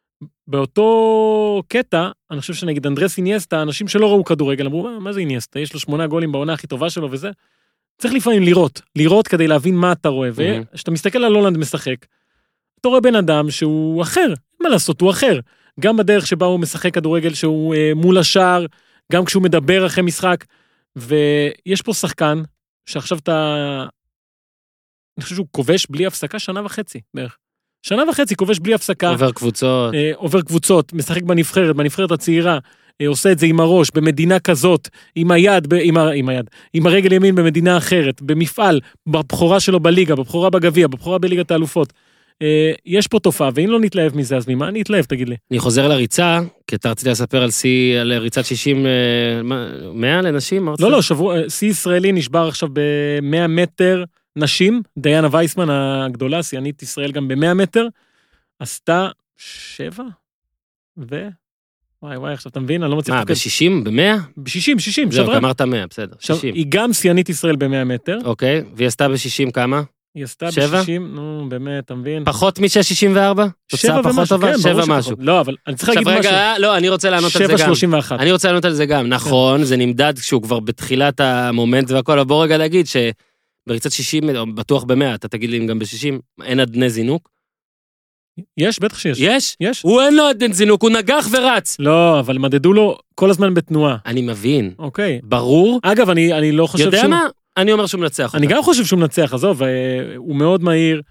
באותו קטע, אני חושב שנגיד אנדרס איניאסטה, אנשים שלא ראו כדורגל, אמרו, מה זה איניאסטה? יש לו שמונה גולים בעונה הכי טובה שלו וזה. צריך לפעמים לראות, לראות כדי להבין מה אתה רואה, וכשאתה מסתכל על הולנד משחק, אתה רואה בן אדם שהוא אחר, מה לעשות, הוא אחר. גם בדרך שבה הוא משחק כדורגל שהוא אה, מול השער, גם כשהוא מדבר אחרי משחק, ויש פה שחקן, שעכשיו אתה, אני חושב שהוא כובש בלי הפסקה שנה וחצי, בערך. שנה וחצי כובש בלי הפסקה. עובר קבוצות. אה, עובר קבוצות, משחק בנבחרת, בנבחרת הצעירה, אה, עושה את זה עם הראש, במדינה כזאת, עם היד, ב, עם, ה, עם היד, עם הרגל ימין במדינה אחרת, במפעל, בבחורה שלו בליגה, בבחורה בגביע, בבחורה בליגת האלופות. אה, יש פה תופעה, ואם לא נתלהב מזה, אז ממה אני אתלהב, תגיד לי? אני חוזר לריצה, כי אתה רציתי לספר על שיא, על ריצת שישים, מאה לנשים? לא, לא, שבוע, שיא ישראלי נשבר עכשיו ב-מאה מטר נשים, דיינה וייסמן הגדולה, שיאנית ישראל גם ב-מאה מטר, עשתה שבע, ו... וואי וואי, עכשיו אתה מבין, אני לא מצליח... מה, ב-שישים? ב-מאה? ב-שישים, שישים, זהו, שברה. אמרת מאה, בסדר, שישים. היא גם שיאנית ישראל ב-מאה מטר. אוקיי, והיא עשתה ב-שישים כמה? היא עשתה שבע? ב-שישים, נו, באמת, אתה מבין? פחות מ-שש שישים וארבע? שבע ומשהו, כן, שבע משהו. לא, אבל אני צריך להגיד משהו. עכשיו רגע, לא, אני רוצה לענות על זה גם. שבע שלושים ואחת. אני רוצה לענות על זה גם, נכון, זה נמדד כשהוא כבר בתחילת המומנט והכל, אבל בוא רגע להגיד שבריצת שישים, בטוח ב-מאה, אתה תגיד לי אם גם ב-שישים, אין עדני זינוק? יש, בטח שיש. יש? יש. הוא אין לו עדן זינוק, הוא נגח ורץ. לא, אבל מדדו לו כל הזמן בתנועה. אני מבין. אוקיי. ברור. אגב, אני, אני לא חושב שהוא... יודע מה? אני אומר שהוא מנצח. אני גם חושב שהוא מנצח, עזוב, הוא מאוד מהיר.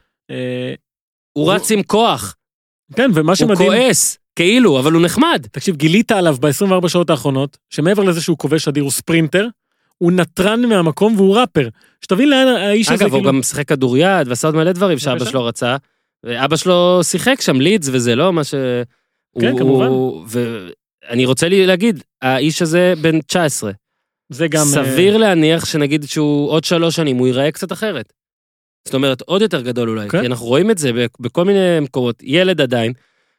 הוא רץ עם כוח. כן, ומה שמדהים... הוא כועס, כאילו, אבל הוא נחמד. תקשיב, גילית עליו ב-עשרים וארבע שעות האחרונות, שמעבר לזה שהוא כובש אדיר, הוא ספרינטר, הוא נטרן מהמקום והוא ראפר. שתבין לאן האיש הזה... אגב, הוא גם משחק כדוריד ועשה עוד מלא דברים שאבא שלו רצה. ואבא שלו שיחק שם לידס וזה לא מה ש... כן, כמובן. ואני רוצה להגיד, האיש הזה בן תשע עשרה. זה גם... סביר להניח שנגיד שהוא עוד שלוש שנים, הוא ייראה קצת אחרת. זאת אומרת, עוד יותר גדול אולי. כי אנחנו רואים את זה בכל מיני מקומות, ילד עדיין,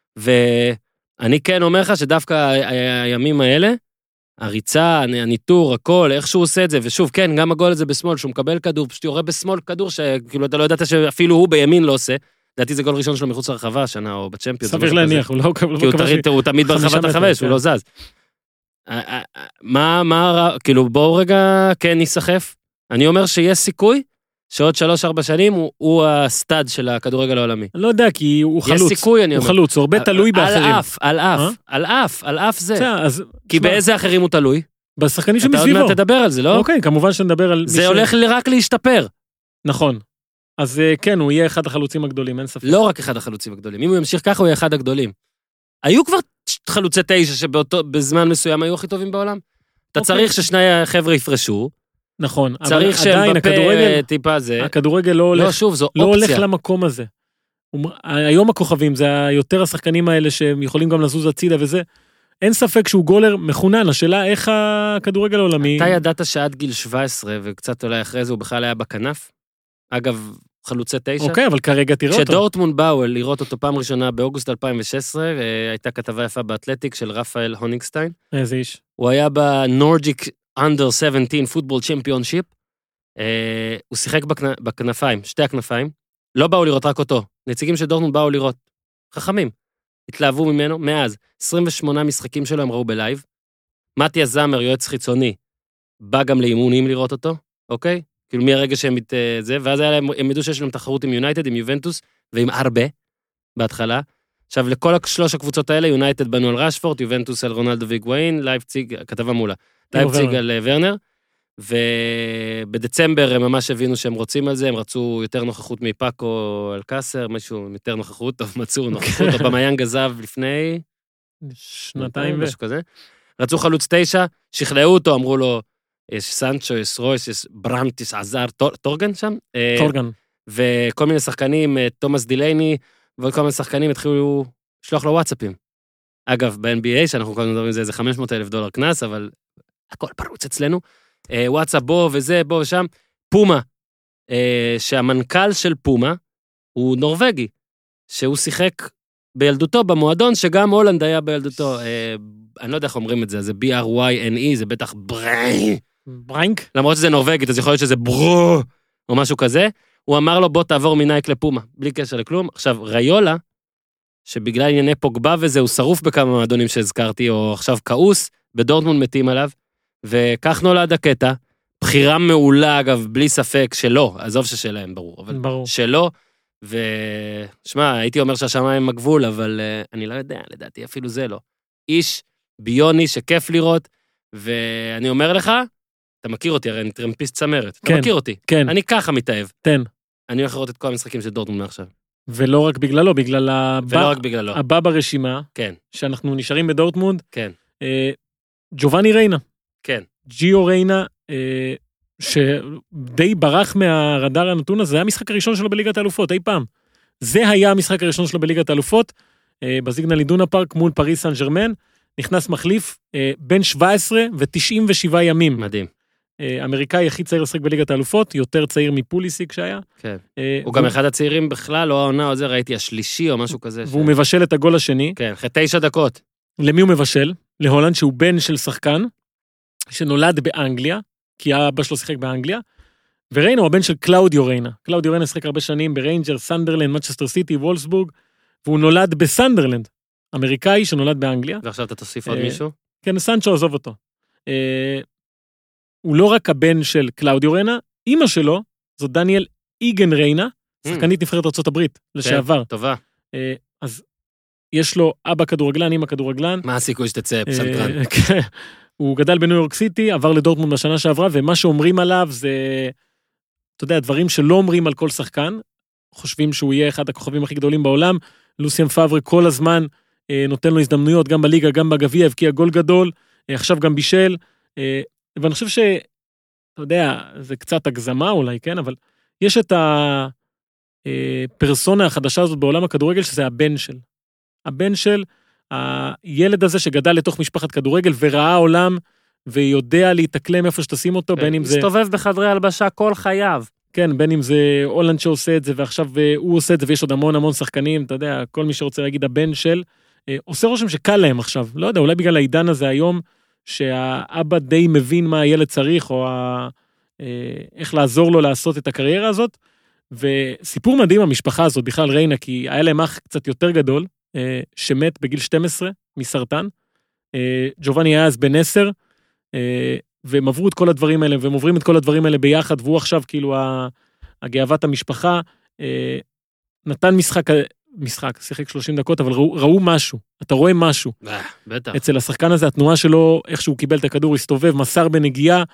ואני כן אומר לך שדווקא הימים האלה, הריצה, הניטור, הכל, איך שהוא עושה את זה, ושוב, כן, גם הגול הזה בשמאל, שהוא מקבל כדור, פשוט יורה בשמאל כדור, שכאילו אתה לא יודעת שאפילו הוא בימין לא עושה, לדעתי זה גול ראשון שלו מחוץ לרחבה השנה, או בצ'מפיונס. סביר להניח, הוא לא... כי הוא תמיד ברחבת החמש, הוא לא זז. מה, מה, כאילו בואו רגע כן נסחף. אני אומר שיש סיכוי שעוד שלוש ארבע שנים הוא הסטאד של הכדורגל העולמי. אני לא יודע, כי הוא חלוץ. יש סיכוי, אני אומר. הוא חלוץ, הוא הרבה תלוי באחרים. על אף, על אף, על אף, על אף זה. כי באיזה אחרים הוא תלוי? בשחקנים שמסביבו. אתה עוד מעט תדבר על זה, לא? אוקיי, כמובן שנדבר על... זה הולך רק להשתפר. נכון. אז כן, הוא יהיה אחד החלוצים הגדולים, אין ספק. לא רק אחד החלוצים הגדולים, אם הוא ימשיך ככה, הוא יהיה אחד הגדולים. היו כבר חלוצי תשע שבזמן מסוים היו הכי טובים בעולם. אתה צריך ששני החבר'ה יפרשו. נכון. צריך שהם בפה טיפה זה. הכדורגל לא הולך, לא, שוב, זו לא אופציה. הולך למקום הזה. היום הכוכבים זה היותר השחקנים האלה שהם יכולים גם לזוז הצידה וזה. אין ספק שהוא גולר מחונן, השאלה איך הכדורגל העולמי... אתה ידעת שעד גיל שבע עשרה וקצת אולי אחרי זה הוא בכלל היה בכנף? אגב, חלוצי תשע. אוקיי, אבל כרגע תראה אותו. כשדורטמונד באו לראות אותו פעם ראשונה באוגוסט אלפיים ושש עשרה, והייתה כתבה יפה באתלטיק של רפאל הונינגסטיין. איזה איש. הוא היה בנורג'יק אנדר שבע עשרה פוטבול צ'מפיונשיפ. הוא שיחק בכנפיים, שתי הכנפיים. לא באו לראות רק אותו. נציגים של דורטמונד באו לראות. חכמים. התלהבו ממנו. מאז, עשרים ושמונה משחקים שלו הם ראו בלייב. מתיה זמר, יועץ חיצוני, בא גם לאימונים לראות אותו, אוקיי? כאילו מהרגע שהם את זה, ואז היה להם, הם ידעו שיש להם תחרות עם יונייטד, עם יובנטוס, ועם ארבה, בהתחלה. עכשיו, לכל השלוש הקבוצות האלה, יונייטד בנו על רשפורט, יובנטוס על רונלדו ויגואין, לייפציג, כתבה מולה, לייפציג על ורנר, ובדצמבר הם ממש הבינו שהם רוצים על זה, הם רצו יותר נוכחות מפאקו על קאסר, משהו יותר נוכחות, טוב, מצאו נוכחות, או במיין גזב לפני... שנתיים ו... משהו כזה. רצו חלוץ תשע, שכנעו אותו, אמרו לו, יש סנצ'ו, יש רויס, יש ברנט, יש עזר, טורגן שם? טורגן. וכל מיני שחקנים, תומאס דילייני, ועוד כל מיני שחקנים התחילו לשלוח לו וואטסאפים. אגב, ב-אן בי איי, שאנחנו כל מיני מדברים, זה איזה חמש מאות אלף דולר קנס, אבל הכל פרוץ אצלנו. וואטסאפ בו וזה, בו ושם. פומה, שהמנכ"ל של פומה הוא נורווגי, שהוא שיחק בילדותו במועדון, שגם הולנד היה בילדותו. אני לא יודע איך אומרים את זה, זה בי אר וואי אן אי, זה בטח בריינק. בריינק? למרות שזה נורווגית, אז יכול להיות שזה ברו, או משהו כזה. הוא אמר לו, בוא תעבור מנייק לפומה, בלי קשר לכלום. עכשיו, ריולה, שבגלל ענייני פוגבה וזה, הוא שרוף בכמה מועדונים שהזכרתי, או עכשיו כעוס, בדורטמונד מתים עליו, וכך נולד הקטע, בחירה מעולה, אגב, בלי ספק, שלא, עזוב ששלהם, ברור, אבל ברור. שלא, ושמע, הייתי אומר שהשמיים הגבול, אבל uh, אני לא יודע, לדעתי, אפילו זה לא. איש ביוני שכיף לראות, ואני אומר לך, אתה מכיר אותי, הרי אני טרמפיסט צמרת, כן, אתה מכיר אותי, כן. אני ככה מתאהב. תן. אני הולך לראות את כל המשחקים של דורטמונד מעכשיו. ולא רק בגללו, בגלל הבא, ולא רק בגללו. הבא ברשימה, כן, שאנחנו נשארים בדורטמונד, כן, אה, ג'ובאני ריינה. כן. ג'יו ריינה, אה, שדי ברח מהרדאר הנתון הזה, זה היה המשחק הראשון שלו בליגת האלופות, אי פעם. זה היה המשחק הראשון שלו בליגת האלופות, אה, בזיגנל אידונה פארק מול פריס סן ז'רמן, נכנס מחליף אה, בין שבע עשרה ו-תשעים ושבעה ימים. מדהים. אה, אמריקאי הכי צעיר לשחק בליגת האלופות, יותר צעיר מפוליסיק שהיה. כן. אה, הוא גם אחד הצעירים בכלל, לא העונה או זה, ראיתי השלישי או משהו כזה. והוא מבשל את הגול השני. כן, אחרי תשע דקות. למי הוא מבשל? להולנד, שהוא בן של שחקן, שנולד באנגליה, כי האבא שלו שיחק באנגליה, וריינה הוא הבן של קלאודיו ריינה. קלאודיו ריינה שיחק הרבה שנים בריינג'ר, סנדרלנד, מצ'סטר סיטי, וולסבורג, והוא נולד בסנדרלנד, אמריקאי שנולד באנגליה. ועכשיו אתה תוסיף עוד מישהו? כן, סנצ'ו עזוב אותו. הוא לא רק הבן של קלאודיו ריינה, אמא שלו, זו דניאל איגן ריינה, שחקנית נבחרת ארצות הברית, לשעבר. טובה. אז יש לו אבא כדורגלן, אמא כדורגלן. מה הסיכוי שתצא פסנתרן? הוא גדל בניו יורק סיטי, עבר לדורטמונד בשנה שעברה, ומה שאומרים עליו זה, אתה יודע, דברים שלא אומרים על כל שחקן, חושבים שהוא יהיה אחד הכוכבים הכי גדולים בעולם, לוסיאן פאברה כל הזמן נותן לו הזדמנויות, גם בליגה, גם בגביע, הבקיע גול גדול, עכשיו גם בישל, ואני חושב ש, אתה יודע, זה קצת הגזמה אולי, כן, אבל יש את הפרסונה החדשה הזאת בעולם הכדורגל, שזה הבן של. הבן של הילד הזה שגדל לתוך משפחת כדורגל וראה עולם ויודע להתאקלם איפה שתשים אותו, בין אם זה... מסתובב בחדרי הלבשה כל חייו. כן, בין אם זה הולנד שעושה את זה, ועכשיו הוא עושה את זה, ויש עוד המון המון שחקנים, אתה יודע, כל מי שרוצה להגיד הבן של, עושה רושם שקל להם עכשיו, לא יודע, אולי בגלל העידן הזה היום, שהאבא די מבין מה הילד צריך, או ה... איך לעזור לו לעשות את הקריירה הזאת, וסיפור מדהים המשפחה הזאת, בכלל ריינה, כי היה להם אח קצת יותר גדול, שמת בגיל שתים עשרה מסרטן, ג'ובאני היה אז בן עשר, והם עברו את כל הדברים האלה, והם עוברים את כל הדברים האלה ביחד, והוא עכשיו כאילו הגאוות המשפחה, נתן משחק, משחק, שיחק שלושים דקות, אבל ראו, ראו משהו, אתה רואה משהו. בטח. אצל השחקן הזה, התנועה שלו, איך שהוא קיבל את הכדור, הסתובב, מסר בנגיעה,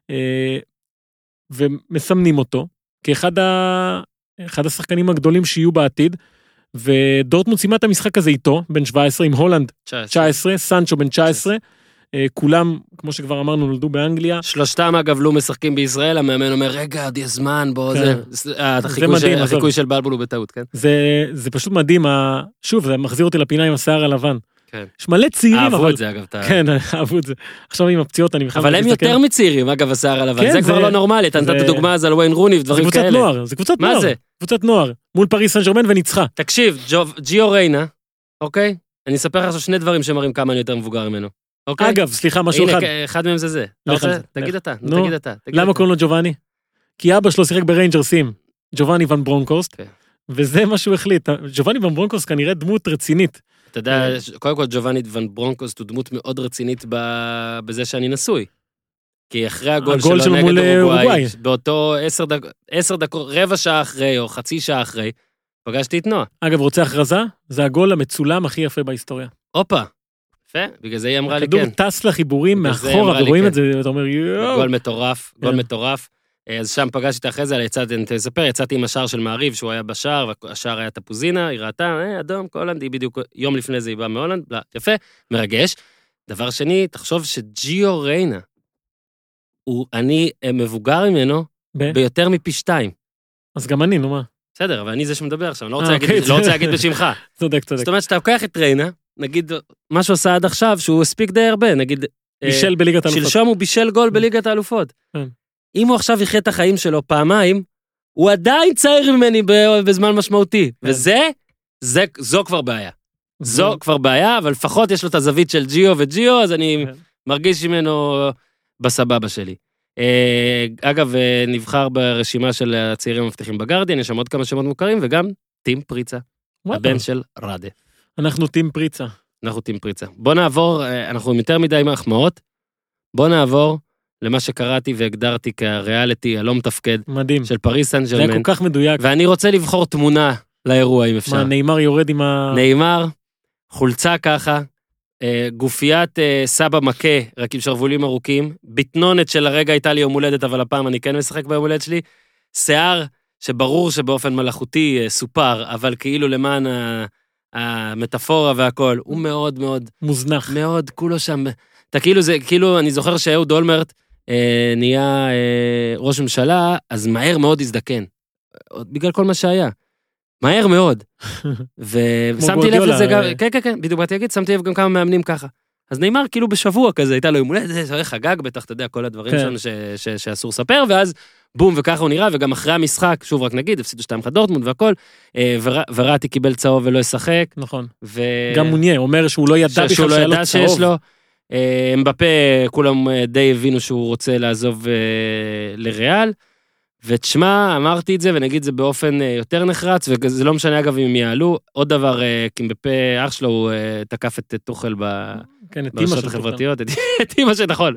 ומסמנים אותו, כאחד ה... אחד השחקנים הגדולים שיהיו בעתיד, ודורטמונד סיימה את המשחק הזה איתו, בן שבע עשרה, עם הולנד תשע עשרה, סנצ'ו בן תשע עשרה, כולם, כמו שכבר אמרנו, נולדו באנגליה. שלושתם אגב לא משחקים בישראל, המאמן אומר, רגע, עוד יש זמן, בוא, זה... החיקוי של בלבול הוא בטעות, כן? זה פשוט מדהים, שוב, זה מחזיר אותי לפינה עם השיער הלבן. כן. יש מלא צעירים, אבל... אהבו את זה, אגב. כן, אהבו את זה. עכשיו עם הפציעות, אני בכלל... אבל הם יותר מצעירים, אגב, השיער הלבן. זה כבר לא נורמלי, אתה נתת דוגמה אז על וויין רוני ודברים כאלה. זה קבוצת נוער, זה קבוצת נוער. מה זה? קבוצת נוער, מול פריס סן ז'רמן וניצחה. תקשיב, ג'יו ריינה, אוקיי? אני אספר לך עכשיו שני דברים שמראים כמה אני יותר מבוגר ממנו. אוקיי? אגב, סליחה, משהו אחד. הנה, אחד מהם זה זה. תגיד אתה, תגיד אתה. למה קוראים לו ג'ובאני? כי אבא שלו שיחק בריינג'רסים, ג'ובאני ון ברונקורסט, וזה מה שהוא החליט. ג'ובאני ון ברונקורסט כנראה דמות רצינית. אתה יודע, קודם כל ג'ובאני ון ברונקורסט הוא דמות מאוד רצינית בזה שאני נשוי. כי אחרי הגול שלו נגד אורוגוואי, באותו עשר דקות, רבע שעה אחרי או חצי שעה אחרי, פגשתי את נועה. אגב, רוצה הכרזה? זה הגול המצולם הכי יפה בהיסטוריה. אופה, יפה, בגלל זה היא אמרה לי כן. הכדור טס לחיבורים מאחורה, ורואים את זה, ואתה אומר, יואו. גול מטורף, גול מטורף. אז שם פגשתי את אחרי זה, אני אספר, יצאתי עם השער של מעריב, שהוא היה בשער, והשער היה תפוזינה, היא ראתה, אה, אדום, הולנד, היא בדיוק, יום לפני זה היא באה מהולנד, יפה, מרגש. דבר שני, תחשוב שג'יו ריינה, הוא, אני מבוגר ממנו, ביותר מפי שתיים. אז גם אני, נו מה? בסדר, אבל אני זה שמדבר עכשיו, לא רוצה להגיד בשמך. צודק, צודק. זאת אומרת, שאתה לוקח את ריינה, נגיד, מה שהוא עשה עד עכשיו, שהוא הספיק די הרבה, נגיד, בישל בליגת האלופות. שלשום הוא בישל גול בליגת האלופות. אם הוא עכשיו יחיה את החיים שלו פעמיים, הוא עדיין צעיר ממני בזמן משמעותי. וזה, זו כבר בעיה. זו כבר בעיה, אבל לפחות יש לו את הזווית של ג'יו וג'יו, אז אני מרגיש ממנו בסבבה שלי. אגב, נבחר ברשימה של הצעירים המבטיחים בגרדיאן, יש שם עוד כמה שמות מוכרים, וגם טים פריצה, הבן של רדה. אנחנו טים פריצה. אנחנו טים פריצה. בוא נעבור, אנחנו יותר מדי מחמאות, בוא נעבור למה שקראתי והגדרתי כריאליטי הלא מתפקד. מדהים. של פריס סן ז'רמן. זה היה כל כך מדויק. ואני רוצה לבחור תמונה לאירוע, אם אפשר. מה, ניימר יורד עם ה... ניימר, חולצה ככה, גופיית סבא מכה, רק עם שרבולים ארוכים, ביטנונת של הרגע הייתה לי יום הולדת, אבל הפעם אני כן משחק ביום הולדת שלי, שיער שברור שבאופן מלאכותי סופר, אבל כאילו למען המטאפורה והכל, הוא מאוד מאוד... מוזנח. מאוד, כולו שם... אתה כאילו זה, כאילו, אני זוכר שאהוד אולמרט אה, נהיה אה, ראש ממשלה, אז מהר מאוד הזדקן. בגלל כל מה שהיה. מהר מאוד. ושמתי לב לזה גם, כן, כן, כן, בדיוק באתי להגיד, שמתי לב גם כמה מאמנים ככה. אז ניימר כאילו בשבוע כזה, הייתה לו יום הולדת, זה הולך חגג, בטח, אתה יודע, כל הדברים שם ש, ש, שאסור לספר, ואז בום, וככה הוא נראה, וגם אחרי המשחק, שוב רק נגיד, הפסידו שתיים אחת דורטמונד והכל, ור, וראתי קיבל צהוב ולא ישחק. נכון. ו... גם מוניה, אומר שהוא לא ידע בכלל שהיה לו צהוב. אמבפה, כולם די הבינו שהוא רוצה לעזוב לריאל, ותשמע, אמרתי את זה, ונגיד זה באופן יותר נחרץ, וזה לא משנה אגב אם הם יעלו, עוד דבר, כי אמבפה, אח שלו, הוא תקף את תוכל ברשתות החברתיות, את אימא שנכון,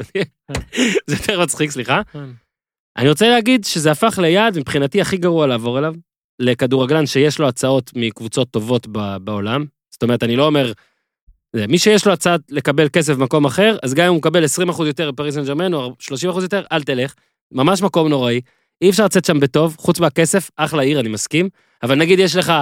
זה יותר מצחיק, סליחה. אני רוצה להגיד שזה הפך ליד, מבחינתי הכי גרוע לעבור אליו, לכדורגלן שיש לו הצעות מקבוצות טובות בעולם, זאת אומרת, אני לא אומר, מי שיש לו הצעת לקבל כסף במקום אחר, אז גם אם הוא מקבל עשרים אחוז יותר בפריס סן ז'רמן, או שלושים אחוז יותר, אל תלך, ממש מקום נוראי, אי אפשר לצאת שם בטוב, חוץ מהכסף, אחלה עיר, אני מסכים, אבל נגיד יש לך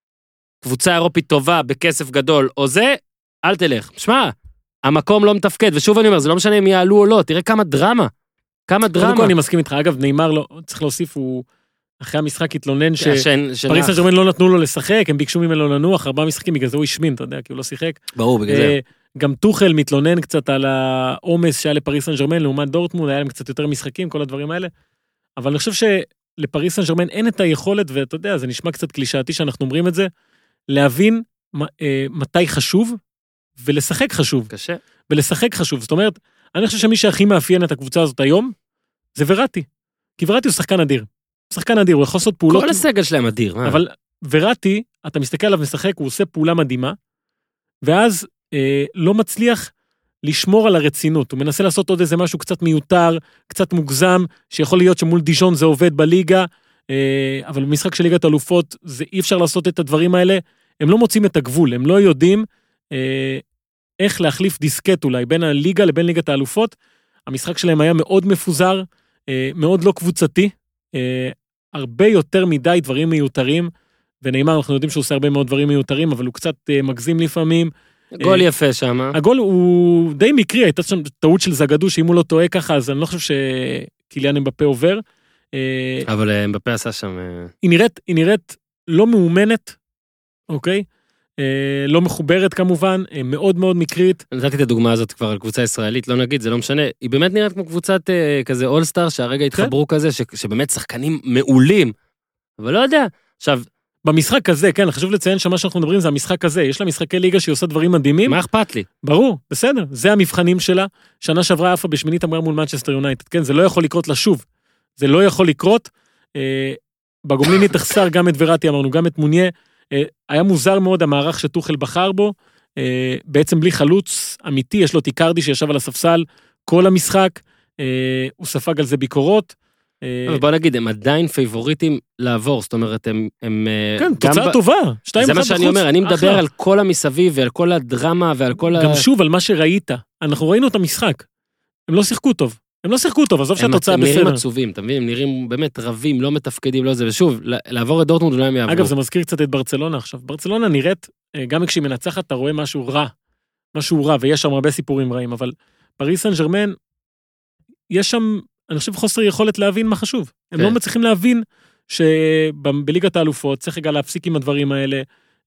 קבוצה אירופית טובה, בכסף גדול, או זה, אל תלך. שמע, המקום לא מתפקד, ושוב אני אומר, זה לא משנה אם יעלו או לא, תראה כמה דרמה, כמה דרמה. קודם כל אני מסכים איתך, אגב, ניימר לא, צריך להוסיף, הוא אחרי המשחק התלונן שפריס סן ז'רמן לא נתנו לו לשחק, הם ביקשו ממנו לנוח, ארבעה משחקים, בגלל זה הוא השמין, אתה יודע, כי הוא לא שיחק. ברור, בגלל זה. גם טוחל מתלונן קצת על העומס שהיה לפריס סן ז'רמן, לעומת דורטמונד, היה להם קצת יותר משחקים, כל הדברים האלה. אבל אני חושב שלפריס סן ז'רמן אין את היכולת, ואתה יודע, זה נשמע קצת קלישאתי שאנחנו אומרים את זה, להבין מתי חשוב, ולשחק חשוב. קשה. ולשחק חשוב. זאת אומרת, אני חושב שמי שהכי מאפיין את הקבוצה הזאת היום, זה וראטי. כי וראטי הוא שחקן אדיר. שחקן אדיר, הוא יכול לעשות פעולות... כל הסגל שלהם אדיר. אבל וראטי, אתה מסתכל עליו משחק, הוא עושה פעולה מדהימה, ואז אה, לא מצליח לשמור על הרצינות. הוא מנסה לעשות עוד איזה משהו קצת מיותר, קצת מוגזם, שיכול להיות שמול דיז'ון זה עובד בליגה, אה, אבל במשחק של ליגת אלופות, זה אי אפשר לעשות את הדברים האלה, הם לא מוצאים את הגבול, הם לא יודעים אה, איך להחליף דיסקט אולי, בין הליגה לבין ליגת האלופות, המשחק שלהם היה מאוד מפוזר, אה, מאוד לא קבוצתי, אה, הרבה יותר מדי דברים מיותרים, וניימר אנחנו יודעים שהוא עושה הרבה מאוד דברים מיותרים, אבל הוא קצת אה, מגזים לפעמים. גול אה, יפה שם. הגול הוא די מקרי, הייתה שם טעות של זגדו, שאם הוא לא טועה ככה, אז אני לא חושב שקיליאן אמבפה עובר. אה, אבל אמבפה עשה שם... היא נראית, היא נראית לא מאומנת, אוקיי? אה, לא מחוברת כמובן, אה, מאוד מאוד מקרית. נתתי את הדוגמה הזאת כבר על קבוצה ישראלית, לא נגיד, זה לא משנה, היא באמת נראית כמו קבוצת אה, כזה אולסטאר, שהרגע התחברו כזה, ש, שבאמת שחקנים מעולים, אבל לא יודע. עכשיו, במשחק הזה, כן, חשוב לציין שמה שאנחנו מדברים זה המשחק הזה, יש לה משחקי ליגה שהיא עושה דברים מדהימים. מה אכפת לי? ברור, בסדר, זה המבחנים שלה, שנה שעברה עפה בשמינית הגמר מול מנצ'סטר יונייטד, כן, זה לא יכול לקרות לה שוב, זה לא יכול לקרות, אה, בגומלין תחסר גם את וראטי, אמרנו, גם את מוניה, אה, היה מוזר מאוד המערך שטוחל בחר בו, אה, בעצם בלי חלוץ אמיתי, יש לו טיקרדי שישב על הספסל כל המשחק, אה, הוא ספג על זה ביקורות, אבל בוא נגיד, הם עדיין פייבוריטים לעבור, זאת אומרת, הם... הם כן, תוצאה טובה. זה מה שאני אומר, אני מדבר על כל המסביב, ועל כל הדרמה, ועל כל ה... גם שוב, על מה שראית. אנחנו ראינו את המשחק. הם לא שיחקו טוב. הם לא שיחקו טוב, עזוב שהתוצאה בסדר. הם נראים עצובים, אתה מבין? הם נראים באמת רבים, לא מתפקדים, לא זה, ושוב, לעבור את דורטמונד אולי הם יעברו. אגב, זה מזכיר קצת את ברצלונה עכשיו. ברצלונה נראית, גם כשהיא מנצחת, אתה רואה משהו רע. משהו רע, ויש שם הרבה סיפורים רעים, אבל פריס סן ז'רמן, יש שם אני חושב חוסר יכולת להבין מה חשוב. הם לא מצליחים להבין שבליגת האלופות צריך רגע להפסיק עם הדברים האלה,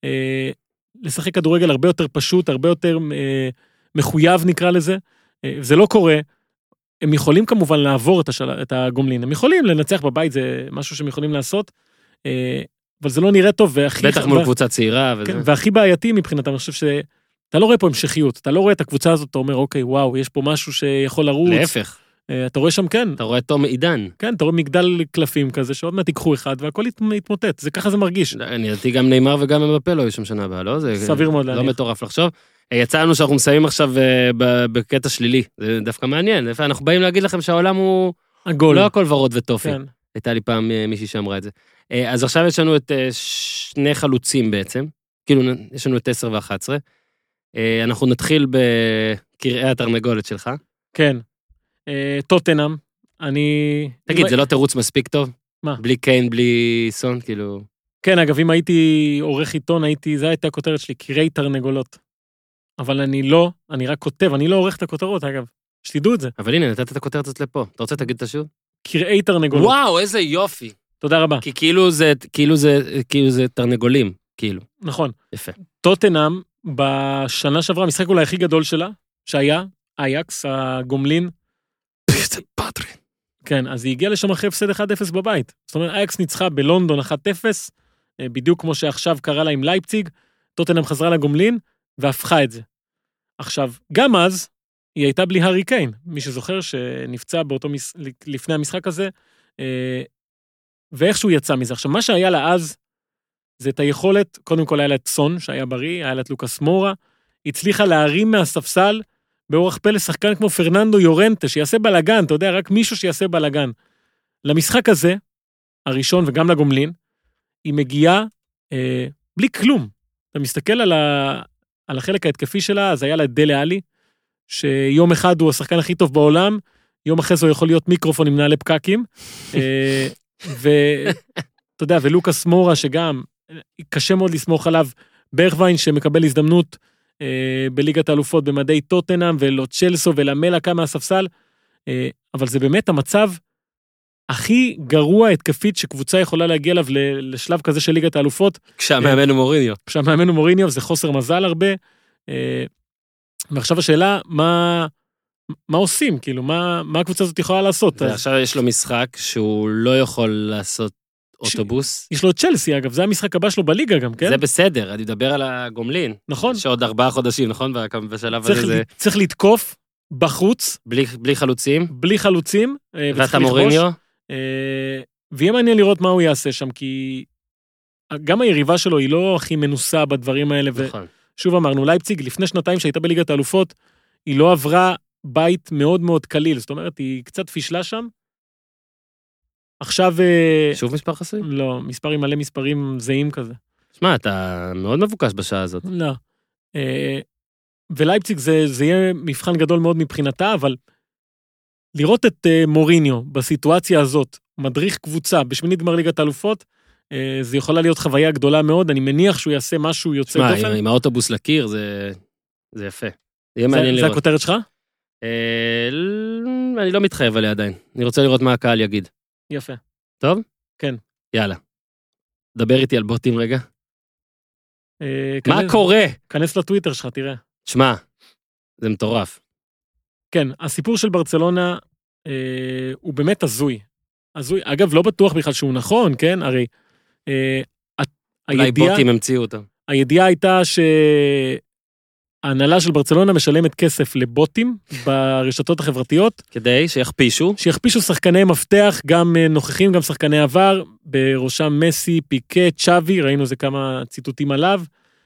לשחק כדורגל הרבה יותר פשוט, הרבה יותר מחויב נקרא לזה. זה לא קורה. הם יכולים כמובן לעבור את הגומלין. הם יכולים לנצח בבית, זה משהו שהם יכולים לעשות, אבל זה לא נראה טוב. בטח מול קבוצה צעירה. והכי בעייתי מבחינתם, אני חושב שאתה לא רואה פה המשכיות, אתה לא רואה את הקבוצה הזאת, אתה אומר, אוקיי, וואו, יש פה משהו שיכול לרוץ. להפך. אתה רואה שם, כן. אתה רואה תום עידן. כן, אתה רואה מגדל קלפים כזה, שעוד מעט תיקחו אחד, והכל יתמוטט, זה ככה זה מרגיש. אני ידעתי גם נאמר וגם מבפה לא היו שם שנה הבאה, לא? סביר מאוד להניח. לא מטורף לחשוב. יצא לנו שאנחנו מסיימים עכשיו בקטע שלילי, זה דווקא מעניין, אנחנו באים להגיד לכם שהעולם הוא... עגול. לא הכל ורוד וטופי. כן. הייתה לי פעם מישהי שאמרה את זה. אז עכשיו יש לנו את שני חלוצים בעצם, כאילו יש לנו את עשר ואחת עשרה. אנחנו נתחיל בקרעי התרנגולת שלך. כן. טוטנהאם, אני... תגיד, זה לא תירוץ מספיק טוב? מה? בלי קיין, בלי סון, כאילו... כן, אגב, אם הייתי עורך עיתון, הייתי, זו הייתה הכותרת שלי, קרעי תרנגולות. אבל אני לא, אני רק כותב, אני לא עורך את הכותרות, אגב. שתדעו את זה. אבל הנה, נתת את הכותרת הזאת לפה. אתה רוצה תגיד את השוב? קרעי תרנגולות. וואו, איזה יופי. תודה רבה. כי כאילו זה, כאילו זה, כאילו זה תרנגולים, כאילו. נכון. יפה. טוטנהאם, בשנה שעברה, המשחק אולי הכי גדול שלה, שהיה, אייקס, הגומלין. כן, אז היא הגיעה לשם אחרי הפסד אחד אפס בבית. זאת אומרת, אייקס ניצחה בלונדון אחת אפס, בדיוק כמו שעכשיו קרה לה עם לייפציג, טוטנהאם חזרה לגומלין, והפכה את זה. עכשיו, גם אז, היא הייתה בלי הארי קיין, מי שזוכר שנפצע באותו, לפני המשחק הזה, ואיכשהו יצא מזה. עכשיו, מה שהיה לה אז, זה את היכולת, קודם כל היה לה את סון, שהיה בריא, היה לה את לוקאס מורה, הצליחה להרים מהספסל, באורח פלא שחקן כמו פרננדו יורנטה, שיעשה בלגן, אתה יודע, רק מישהו שיעשה בלגן. למשחק הזה, הראשון וגם לגומלין, היא מגיעה אה, בלי כלום. אתה מסתכל על, ה, על החלק ההתקפי שלה, אז היה לה דלה עלי, שיום אחד הוא השחקן הכי טוב בעולם, יום אחרי זה הוא יכול להיות מיקרופון עם נעלי פקקים, אה, ואתה יודע, ולוקאס מורה שגם, קשה מאוד לסמוך עליו, ברכווין שמקבל הזדמנות, בליגת האלופות במדי טוטנהאם ולו צ'לסו ולמלה כמה הספסל, אבל זה באמת המצב הכי גרוע התקפית שקבוצה יכולה להגיע אליו לשלב כזה של ליגת האלופות. כשהמאמן הוא מוריניו. כשהמאמן הוא מוריניו, זה חוסר מזל הרבה. ועכשיו השאלה, מה, מה עושים? כאילו, מה, מה הקבוצה הזאת יכולה לעשות? ועכשיו יש לו משחק שהוא לא יכול לעשות אוטובוס. יש לו את צ'לסי, אגב, זה המשחק הבא שלו בליגה גם, כן? זה בסדר, אני מדבר על הגומלין. נכון. שעוד ארבעה חודשים, נכון? בשלב הזה זה... צריך לתקוף בחוץ. בלי, בלי חלוצים. בלי חלוצים. ואתה מוריניו. ויהיה מעניין לראות מה הוא יעשה שם, כי גם היריבה שלו היא לא הכי מנוסה בדברים האלה. נכון. ושוב אמרנו, לייפציג, לפני שנתיים שהייתה בליגת האלופות, היא לא עברה בית מאוד מאוד קליל, זאת אומרת, היא קצת פישלה שם. עכשיו... שוב מספר חסוי? לא, מספרים מלא מספרים זהים כזה. שמע, אתה מאוד מבוקש בשעה הזאת. לא. ולייפציג זה, זה יהיה מבחן גדול מאוד מבחינתה, אבל לראות את מוריניו בסיטואציה הזאת, מדריך קבוצה בשמינית גמר ליגת האלופות, זה יכולה להיות חוויה גדולה מאוד, אני מניח שהוא יעשה משהו יוצא דופן. שמע, עם האוטובוס לקיר זה, זה יפה. יהיה מעניין לראות. זה הכותרת שלך? אני לא מתחייב עליה עדיין. אני רוצה לראות מה הקהל יגיד. יפה. טוב? כן. יאללה. דבר איתי על בוטים רגע. מה קורה? כנס לטוויטר שלך, תראה. שמע, זה מטורף. כן, הסיפור של ברצלונה הוא באמת הזוי. הזוי, אגב, לא בטוח בכלל שהוא נכון, כן? הרי אולי בוטים המציאו אותם. הידיעה הייתה שההנהלה של ברצלונה משלמת כסף לבוטים ברשתות החברתיות. כדי שיכפישו. שיכפישו שחקני מפתח, גם נוכחים, גם שחקני עבר, בראשם מסי, פיקה, צ'אבי, ראינו זה כמה ציטוטים עליו.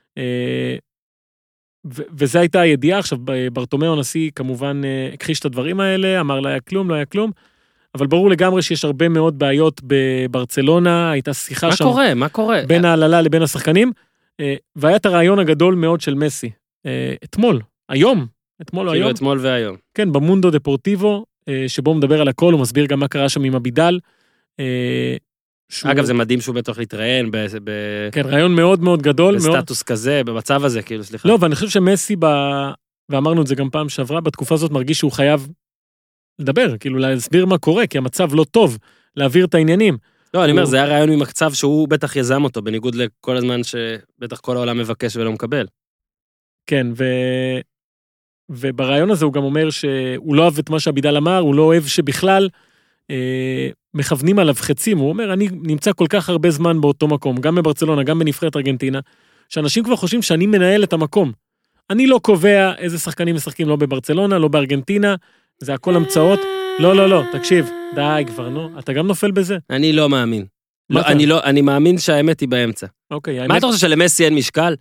וזו הייתה הידיעה. עכשיו, ברטומיאו הנשיא כמובן הכחיש את הדברים האלה, אמר לא היה כלום, לא היה כלום. אבל ברור לגמרי שיש הרבה מאוד בעיות בברצלונה, הייתה שיחה מה שם. מה קורה? מה קורה? בין ההעללה לבין השחקנים, והיה את הרעיון הגדול מאוד של מסי. אתמול, היום, אתמול או היום. כאילו אתמול והיום. כן, במונדו דפורטיבו, שבו הוא מדבר על הכל, הוא מסביר גם מה קרה שם עם אבידל. אגב, זה מדהים שהוא בטוח להתראיין. כן, רעיון מאוד מאוד גדול. בסטטוס כזה, במצב הזה, כאילו, סליחה. לא, ואני חושב שמסי, ואמרנו את זה גם פעם שעברה, בתקופה הזאת מרגיש שהוא חייב לדבר, כאילו להסביר מה קורה, כי המצב לא טוב, להעביר את העניינים. לא, אני אומר, זה היה רעיון ממקצב שהוא בטח יזם אותו, בניגוד לכל הזמן שבטח כל העולם מבקש ולא מקבל. כן, ו... וברעיון הזה הוא גם אומר שהוא לא אוהב את מה שאבידל אמר, הוא לא אוהב שבכלל אה, מכוונים עליו חצים, הוא אומר, אני נמצא כל כך הרבה זמן באותו מקום, גם בברצלונה, גם בנבחרת ארגנטינה, שאנשים כבר חושבים שאני מנהל את המקום. אני לא קובע איזה שחקנים משחקים לא בברצלונה, לא בארגנטינה, זה הכל המצאות. לא, לא, לא, תקשיב, די כבר, נו, אתה גם נופל בזה? אני לא מאמין. מה לא, אתה? אני לא, אני מאמין שהאמת היא באמצע. אוקיי, מה האמת, אתה חושב, שלמסי אין משקל?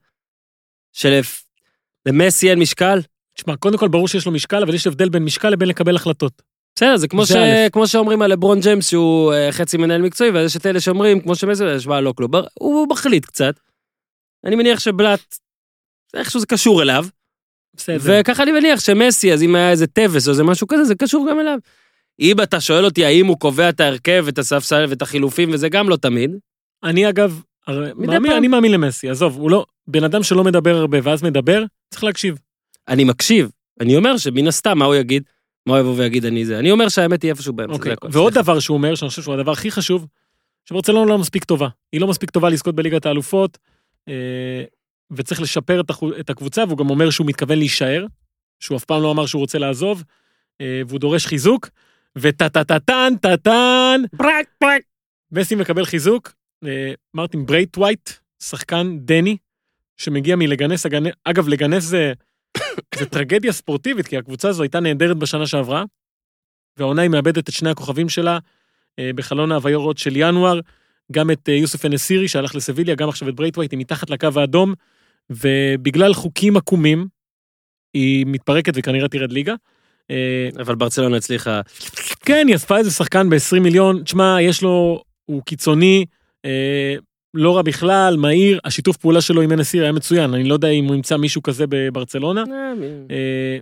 שלמסי אין משקל? תשמע, קודם כל ברור שיש לו משקל, אבל יש הבדל בין משקל לבין לקבל החלטות. בסדר, זה כמו, זה ש... א'. כמו שאומרים על לברון ג'יימס, שהוא אה, חצי מנהל מקצועי, ויש את אלה שאומרים, כמו שמסי, שמה לא כלום. הוא מחליט קצת. אני מניח שבלט, איכשהו זה קשור אליו, בסדר. וככה אני מניח שמסי, אז אם היה איזה טבס או איזה משהו כזה, זה קשור גם אליו. אם אתה שואל אותי האם הוא קובע את ההרכב, את הספסל ואת החילופים, וזה גם לא תמיד. אני אגב, הרי, מדי מאמין, פעם. אני מאמין למסי, עזוב, הוא לא, בן אדם שלא מדבר הרבה ואז מדבר, צריך להקשיב. אני מקשיב, אני אומר שמן הסתם, מה הוא יגיד? מה הוא יבוא ויגיד אני זה? אני אומר שהאמת היא איפשהו באמצע. אוקיי, זה הכל. ועוד סליחה. דבר שהוא אומר, שאני חושב שהוא הדבר הכי חשוב, שברצלונה לא מספיק טובה. היא לא מספיק טובה לזכות בליגת האלופות, אה, וצריך לשפר את החו- את הקבוצה, והוא גם אומר שהוא מתכוון להישאר, שהוא אף פעם לא אמר שהוא רוצה לעזוב, אה, והוא דורש חיזוק, וטה-טה-טה-טן, טה-טן, פרק, פרק. מסי מקבל חיזוק, אה, מרטין ברייטווייט, שחקן דני, שמגיע מלגנס, הגנ- אגב, לגנס זה, זה טרגדיה ספורטיבית, כי הקבוצה הזו הייתה נהדרת בשנה שעברה, והעונה היא מאבדת את שני הכוכבים שלה, אה, בחלון העברות של ינואר, גם את אה, יוסף אנסירי שהלך לסביליה, גם עכשיו את ברייטווייט, היא מתחת לקו האדום, ובגלל חוקים עקומים, היא מתפרקת וכנראה תרד ליגה. אה, אבל ברצלונה הצליחה. כן, היא אספה איזה שחקן ב-עשרים מיליון, תשמע, יש לו, הוא קיצוני, אה, לא רע בכלל, מהיר, השיתוף פעולה שלו עם אנסירי היה מצוין, אני לא יודע אם הוא ימצא מישהו כזה בברצלונה. אה,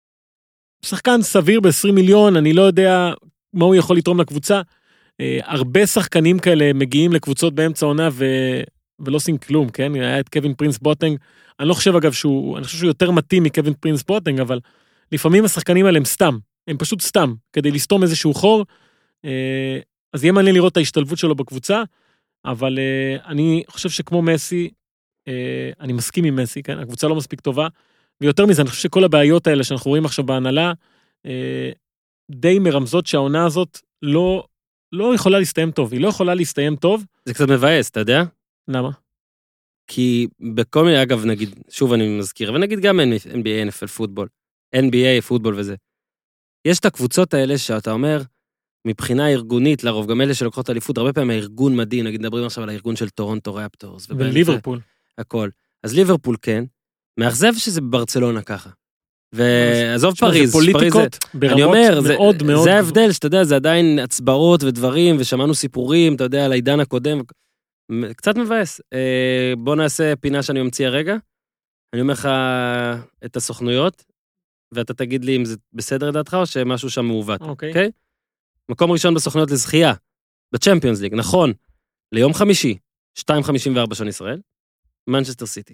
שחקן סביר ב-עשרים מיליון, אני לא יודע מה הוא יכול לתרום לקבוצה. אה, הרבה שחקנים כאלה מגיעים לקבוצות באמצע עונה ו... ולא עושים כלום, כן? היה את קווין פרינס בוטנג, אני לא חושב אגב שהוא, אני חושב שהוא יותר מתאים מקווין פרינס בוטנג, אבל לפעמים השחקנים האלה הם סתם, הם פשוט סתם, כדי לסתום איזשהו חור, אה, אז יהיה מעניין לראות את ההשתלבות שלו בקבוצה, אבל אה, אני חושב שכמו מסי, אה, אני מסכים עם מסי, כן? הקבוצה לא מספיק טובה, ויותר מזה, אני חושב שכל הבעיות האלה שאנחנו רואים עכשיו בהנהלה, אה, די מרמזות שהעונה הזאת לא, לא יכולה להסתיים טוב, היא לא יכולה להסתיים טוב. זה קצת מבאס, אתה יודע? למה? כי בכל מיני, אגב, נגיד, שוב אני מזכיר, ונגיד גם אן בי איי, אן אף אל פוטבול, אן בי איי, פוטבול וזה. יש את הקבוצות האלה שאתה אומר, מבחינה ארגונית, לרוב, גם אלה שלוקחות אליפות, הרבה פעמים הארגון מדהים, נגיד, מדברים עכשיו על הארגון של טורונטו רפטורס. וליברפול. הכל. אז ליברפול כן, מאכזב שזה בברצלונה ככה. ועזוב פריז, זה פוליטיקות ברמות מאוד מאוד. זה ההבדל, שאתה יודע, זה עדיין הצבעות ודברים, ושמענו סיפורים, אתה יודע, על העידן הקודם, קצת מבאס. בוא נעשה פינה שאני ממציא הרגע, אני אומר לך את הסוכנויות, ואתה תגיד לי אם זה בסדר דעתך, או שמשהו שם מעוות. אוקיי. מקום ראשון בסוכנויות לזכייה, בצ'מפיונס ליג, נכון, ליום חמישי, שתיים חמישים וארבע שעון ישראל, מנצ'סטר סיטי.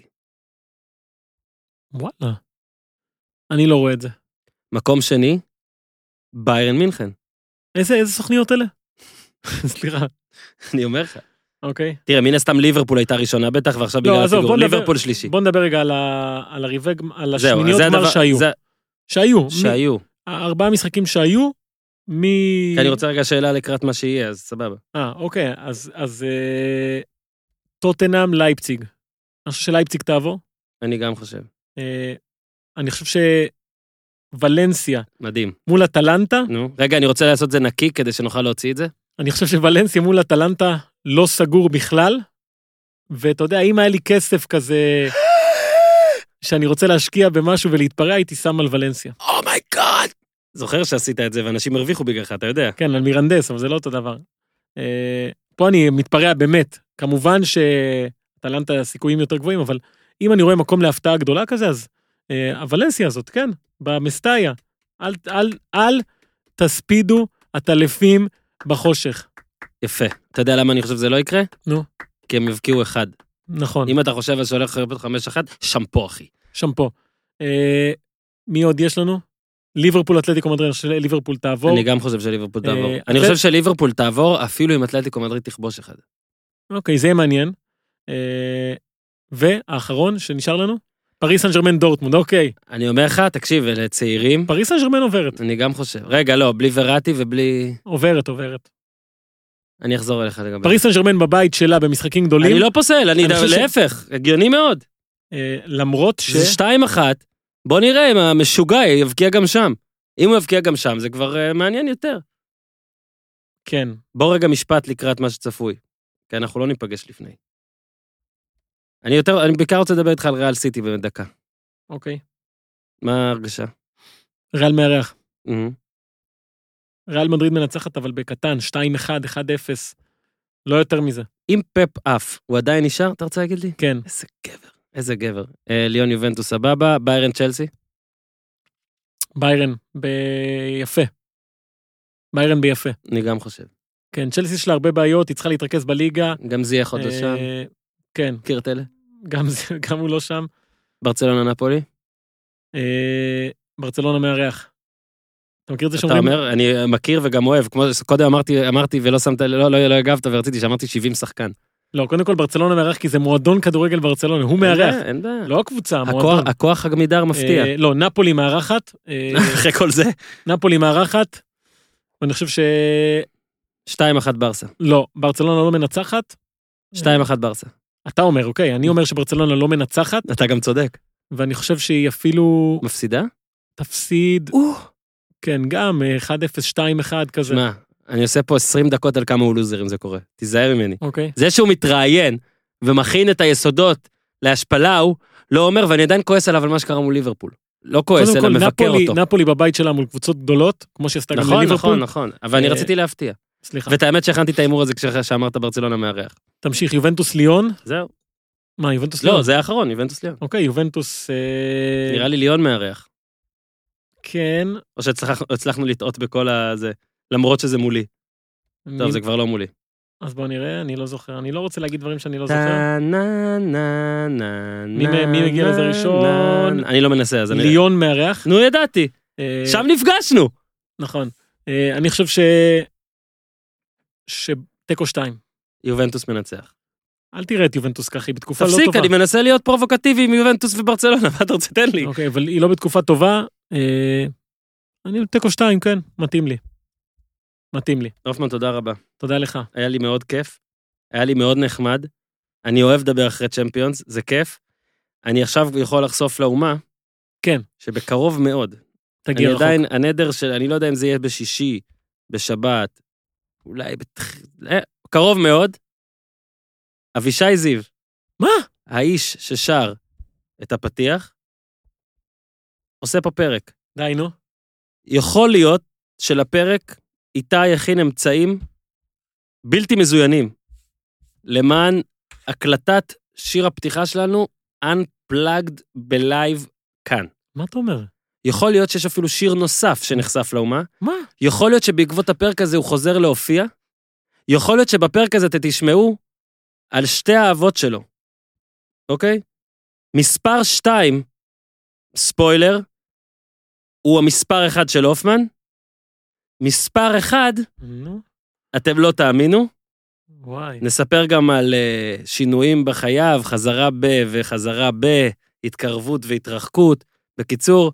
וואלה. אני לא רואה את זה. מקום שני, ביירן מינכן. איזה, איזה סוכניות אלה? סליחה. אני אומר לך. אוקיי. תראה, מן הסתם ליברפול הייתה ראשונה בטח, ועכשיו לא, בגלל עזוב, הפיגור, בוא נדבר- ליברפול שלישי. בוא נדבר רגע על ה- על הריבג, על זהו, השמיניות זה גמר הדבר- שהיו. זה- שהיו. שהיו. ארבעה משחקים שהיו, מ... כי אני רוצה רגע שאלה לקראת מה שיהיה, אז סבבה. אה, אוקיי, אז, אז אה, טוטנהאם, לייפציג. אני חושב שלייפציג תעבור. אני גם חושב. אה, אני חושב שוולנסיה מדהים. מול אטלנטה, נו, רגע, אני רוצה לעשות זה נקי כדי שנוכל להוציא את זה. אני חושב שוולנסיה מול אטלנטה לא סגור בכלל, ואתה יודע, אם היה לי כסף כזה, שאני רוצה להשקיע במשהו ולהתפרע, הייתי שם על ולנסיה. אומייגאד! זוכר שעשית את זה, ואנשים הרוויחו בגללך, אתה יודע. כן, על מירנדס, אבל זה לא אותו דבר. אה, פה אני מתפרע באמת. כמובן שאטלנטה סיכויים יותר גבוהים, אבל אם אני רואה מקום להפתעה גדולה כזה, אז אה, הוולנסיה הזאת, כן, במסטאיה. אל, אל, אל תספידו הטלפים בחושך. יפה. אתה יודע למה אני חושב שזה לא יקרה? נו. כי הם הבקיעו אחד. נכון, אם אתה חושב אז שהולך לראות חמש אחד, שמפו, אחי. שם פה. אה, מי עוד יש לנו? ליברפול, אתלטיקו מדריד, אני חושב שליברפול תעבור. אני גם חושב שליברפול אה, תעבור. אתלט- אני חושב שליברפול תעבור, אפילו אם אתלטיקו מדריד תכבוש אחד. אוקיי, זה יהיה מעניין. אה, והאחרון שנשאר לנו? פריס סן ז'רמן דורטמונד, אוקיי. אני אומר לך, תקשיב, אלה צעירים, פריס סן ז'רמן עוברת. אני גם חושב. רגע, לא, בלי וראטי ובלי... עוברת, עוברת. אני אחזור אליך לגבי. פריס סן ז'רמן בבית שלה במשחקים גדולים. אני לא פוסל, אני אני חושב ש- להפך, הגיוני מאוד. אה, למרות ש... זה שתיים אחת, בוא נראה אם המשוגע יבקיע גם שם. אם הוא יבקיע גם שם, זה כבר uh, מעניין יותר. כן. בוא רגע משפט לקראת מה שצפוי, כי אנחנו לא ניפגש לפני. אני יותר, אני בעיקר רוצה לדבר איתך על ריאל סיטי בדקה. אוקיי. מה ההרגשה? ריאל מארח. Mm-hmm. ריאל מדריד מנצחת, אבל בקטן, שתיים אחד, אחד אפס. לא יותר מזה. אם פפ אף, הוא עדיין נשאר, אתה רוצה להגיד לי? כן. איזה גבר, איזה גבר. אה, ליון יובנטוס סבבה, ביירן צ'לסי? ביירן, ביפה. ביירן ביפה. אני גם חושב. כן, צ'לסי יש לה הרבה בעיות, היא צריכה להתרכז בליגה. גם זייח עוד לא שם. כן. קירטלה? גם, גם הוא לא שם. ברצלונה נפולי? ברצלונה מארח. אתה מכיר את זה אתה שאומרים? אומר, אני מכיר וגם אוהב, כמו קודם אמרתי, אמרתי ולא שמת, לא, לא, לא הגבת ורציתי שאמרתי שבעים שחקן. לא, קודם כל ברצלונה מארח כי זה מועדון כדורגל ברצלונה, הוא מארח. אין בעיה. לא הקבוצה, המועדון. הכוח הגמידר מפתיע. לא, נפולי מארחת. אחרי כל זה? נפולי מארחת. ואני חושב ש... שתיים אחת ברסה. לא, ברצלונה לא מנצחת. שתיים אחת ברסה. אתה אומר, אוקיי, אני אומר שברצלונה לא מנצחת. אתה גם צודק. ואני חושב שהיא אפילו... מפסידה? תפסיד. כן, גם אחד אפס, שתיים אחת כזה. שמע, אני עושה פה עשרים דקות על כמה הוא לוזר אם זה קורה. תיזהר ממני. אוקיי. זה שהוא מתראיין ומכין את היסודות להשפלה הוא לא אומר, ואני עדיין כועס עליו על מה שקרה מול ליברפול. לא כועס, אלא מבקר אותו. נפולי בבית שלה מול קבוצות גדולות, כמו שעשתה גם נכון, לליברפול. נכון, נכון. אבל אני רציתי להפתיע. סליחה. ואת האמת שהכנתי את האימור הזה כשאמרת ברצלונה מארח. תמשיך, יובנטוס ליון. זהו. מה, יובנטוס ליון? לא, זה האחרון, יובנטוס ליון. אוקיי, יובנטוס... נראה לי ליון מארח. כן. או שהצלחנו לטעות בכל הזה, למרות שזה מולי. טוב, זה כבר לא מולי. אז בוא נראה, אני לא זוכר. אני לא רוצה להגיד דברים שאני לא זוכר. מי מגיע לזה ראשון? אני לא מנסה, אז אני... ליון מארח. נו, ידעתי. שם נפגשנו. נכון. אני חושב ש... שטקו שתיים. יובנטוס מנצח. אל תראה את יובנטוס ככה, היא בתקופה לא טובה. תפסיק, אני מנסה להיות פרובוקטיבי עם יובנטוס וברצלונה, מה אתה רוצה, תן לי. אוקיי, אבל היא לא בתקופה טובה. אני טקו שתיים, כן, מתאים לי. מתאים לי. אופמן, תודה רבה. תודה לך. היה לי מאוד כיף. היה לי מאוד נחמד. אני אוהב לדבר אחרי צ'מפיונס, זה כיף. אני עכשיו יכול לחשוף לאומה. כן. שבקרוב מאוד. תגיע רחוק. אני עדיין, הנדר של, אני לא יודע אם זה יהיה בשישי, בשבת, אולי בתח... קרוב מאוד. אבישי זיו. מה? האיש ששר את הפתיח, עושה פה פרק. די, נו. יכול להיות שלפרק איתי יכין אמצעים בלתי מזוינים, למען הקלטת שיר הפתיחה שלנו, Unplugged בלייב כאן. מה אתה אומר? יכול להיות שיש אפילו שיר נוסף שנחשף לאומה. מה? יכול להיות שבעקבות הפרק הזה הוא חוזר להופיע. יכול להיות שבפרק הזה אתם תשמעו על שתי האהבות שלו. אוקיי? מספר שתיים, ספוילר, הוא המספר אחד של אופמן. מספר אחד, נו. אתם לא תאמינו. וואי. נספר גם על uh, שינויים בחייו, חזרה ב וחזרה ב, התקרבות והתרחקות. בקיצור,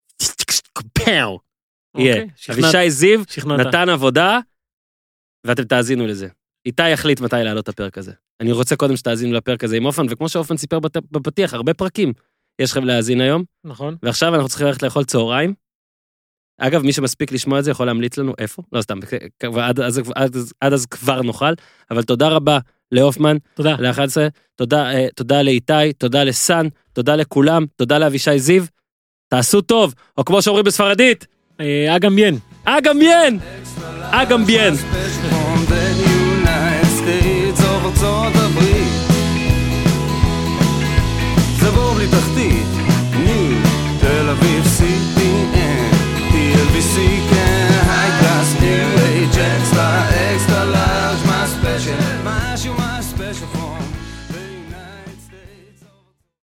פאו. יהיה. אבישי זיו נתן עבודה, ואתם תאזינו לזה. איתי יחליט מתי לעלות את הפרק הזה. אני רוצה קודם שתאזינו לפרק הזה עם אופן, וכמו שאופן סיפר בפתיח, הרבה פרקים יש לכם להאזין היום. נכון. ועכשיו אנחנו צריכים ללכת לאכול צהריים. אגב, מי שמספיק לשמוע את זה יכול להמליץ לנו איפה? לא סתם, עד, עד, עד, עד אז כבר נוכל. אבל תודה רבה לאופמן. תודה. ל-אחת עשרה, תודה, תודה לאיתי, תודה לסן, תודה לכולם, תודה לאבישי זיו. תעשו טוב, או כמו שאומרים בספרדית, אגם ביין. אגם ביין! אגם ביין!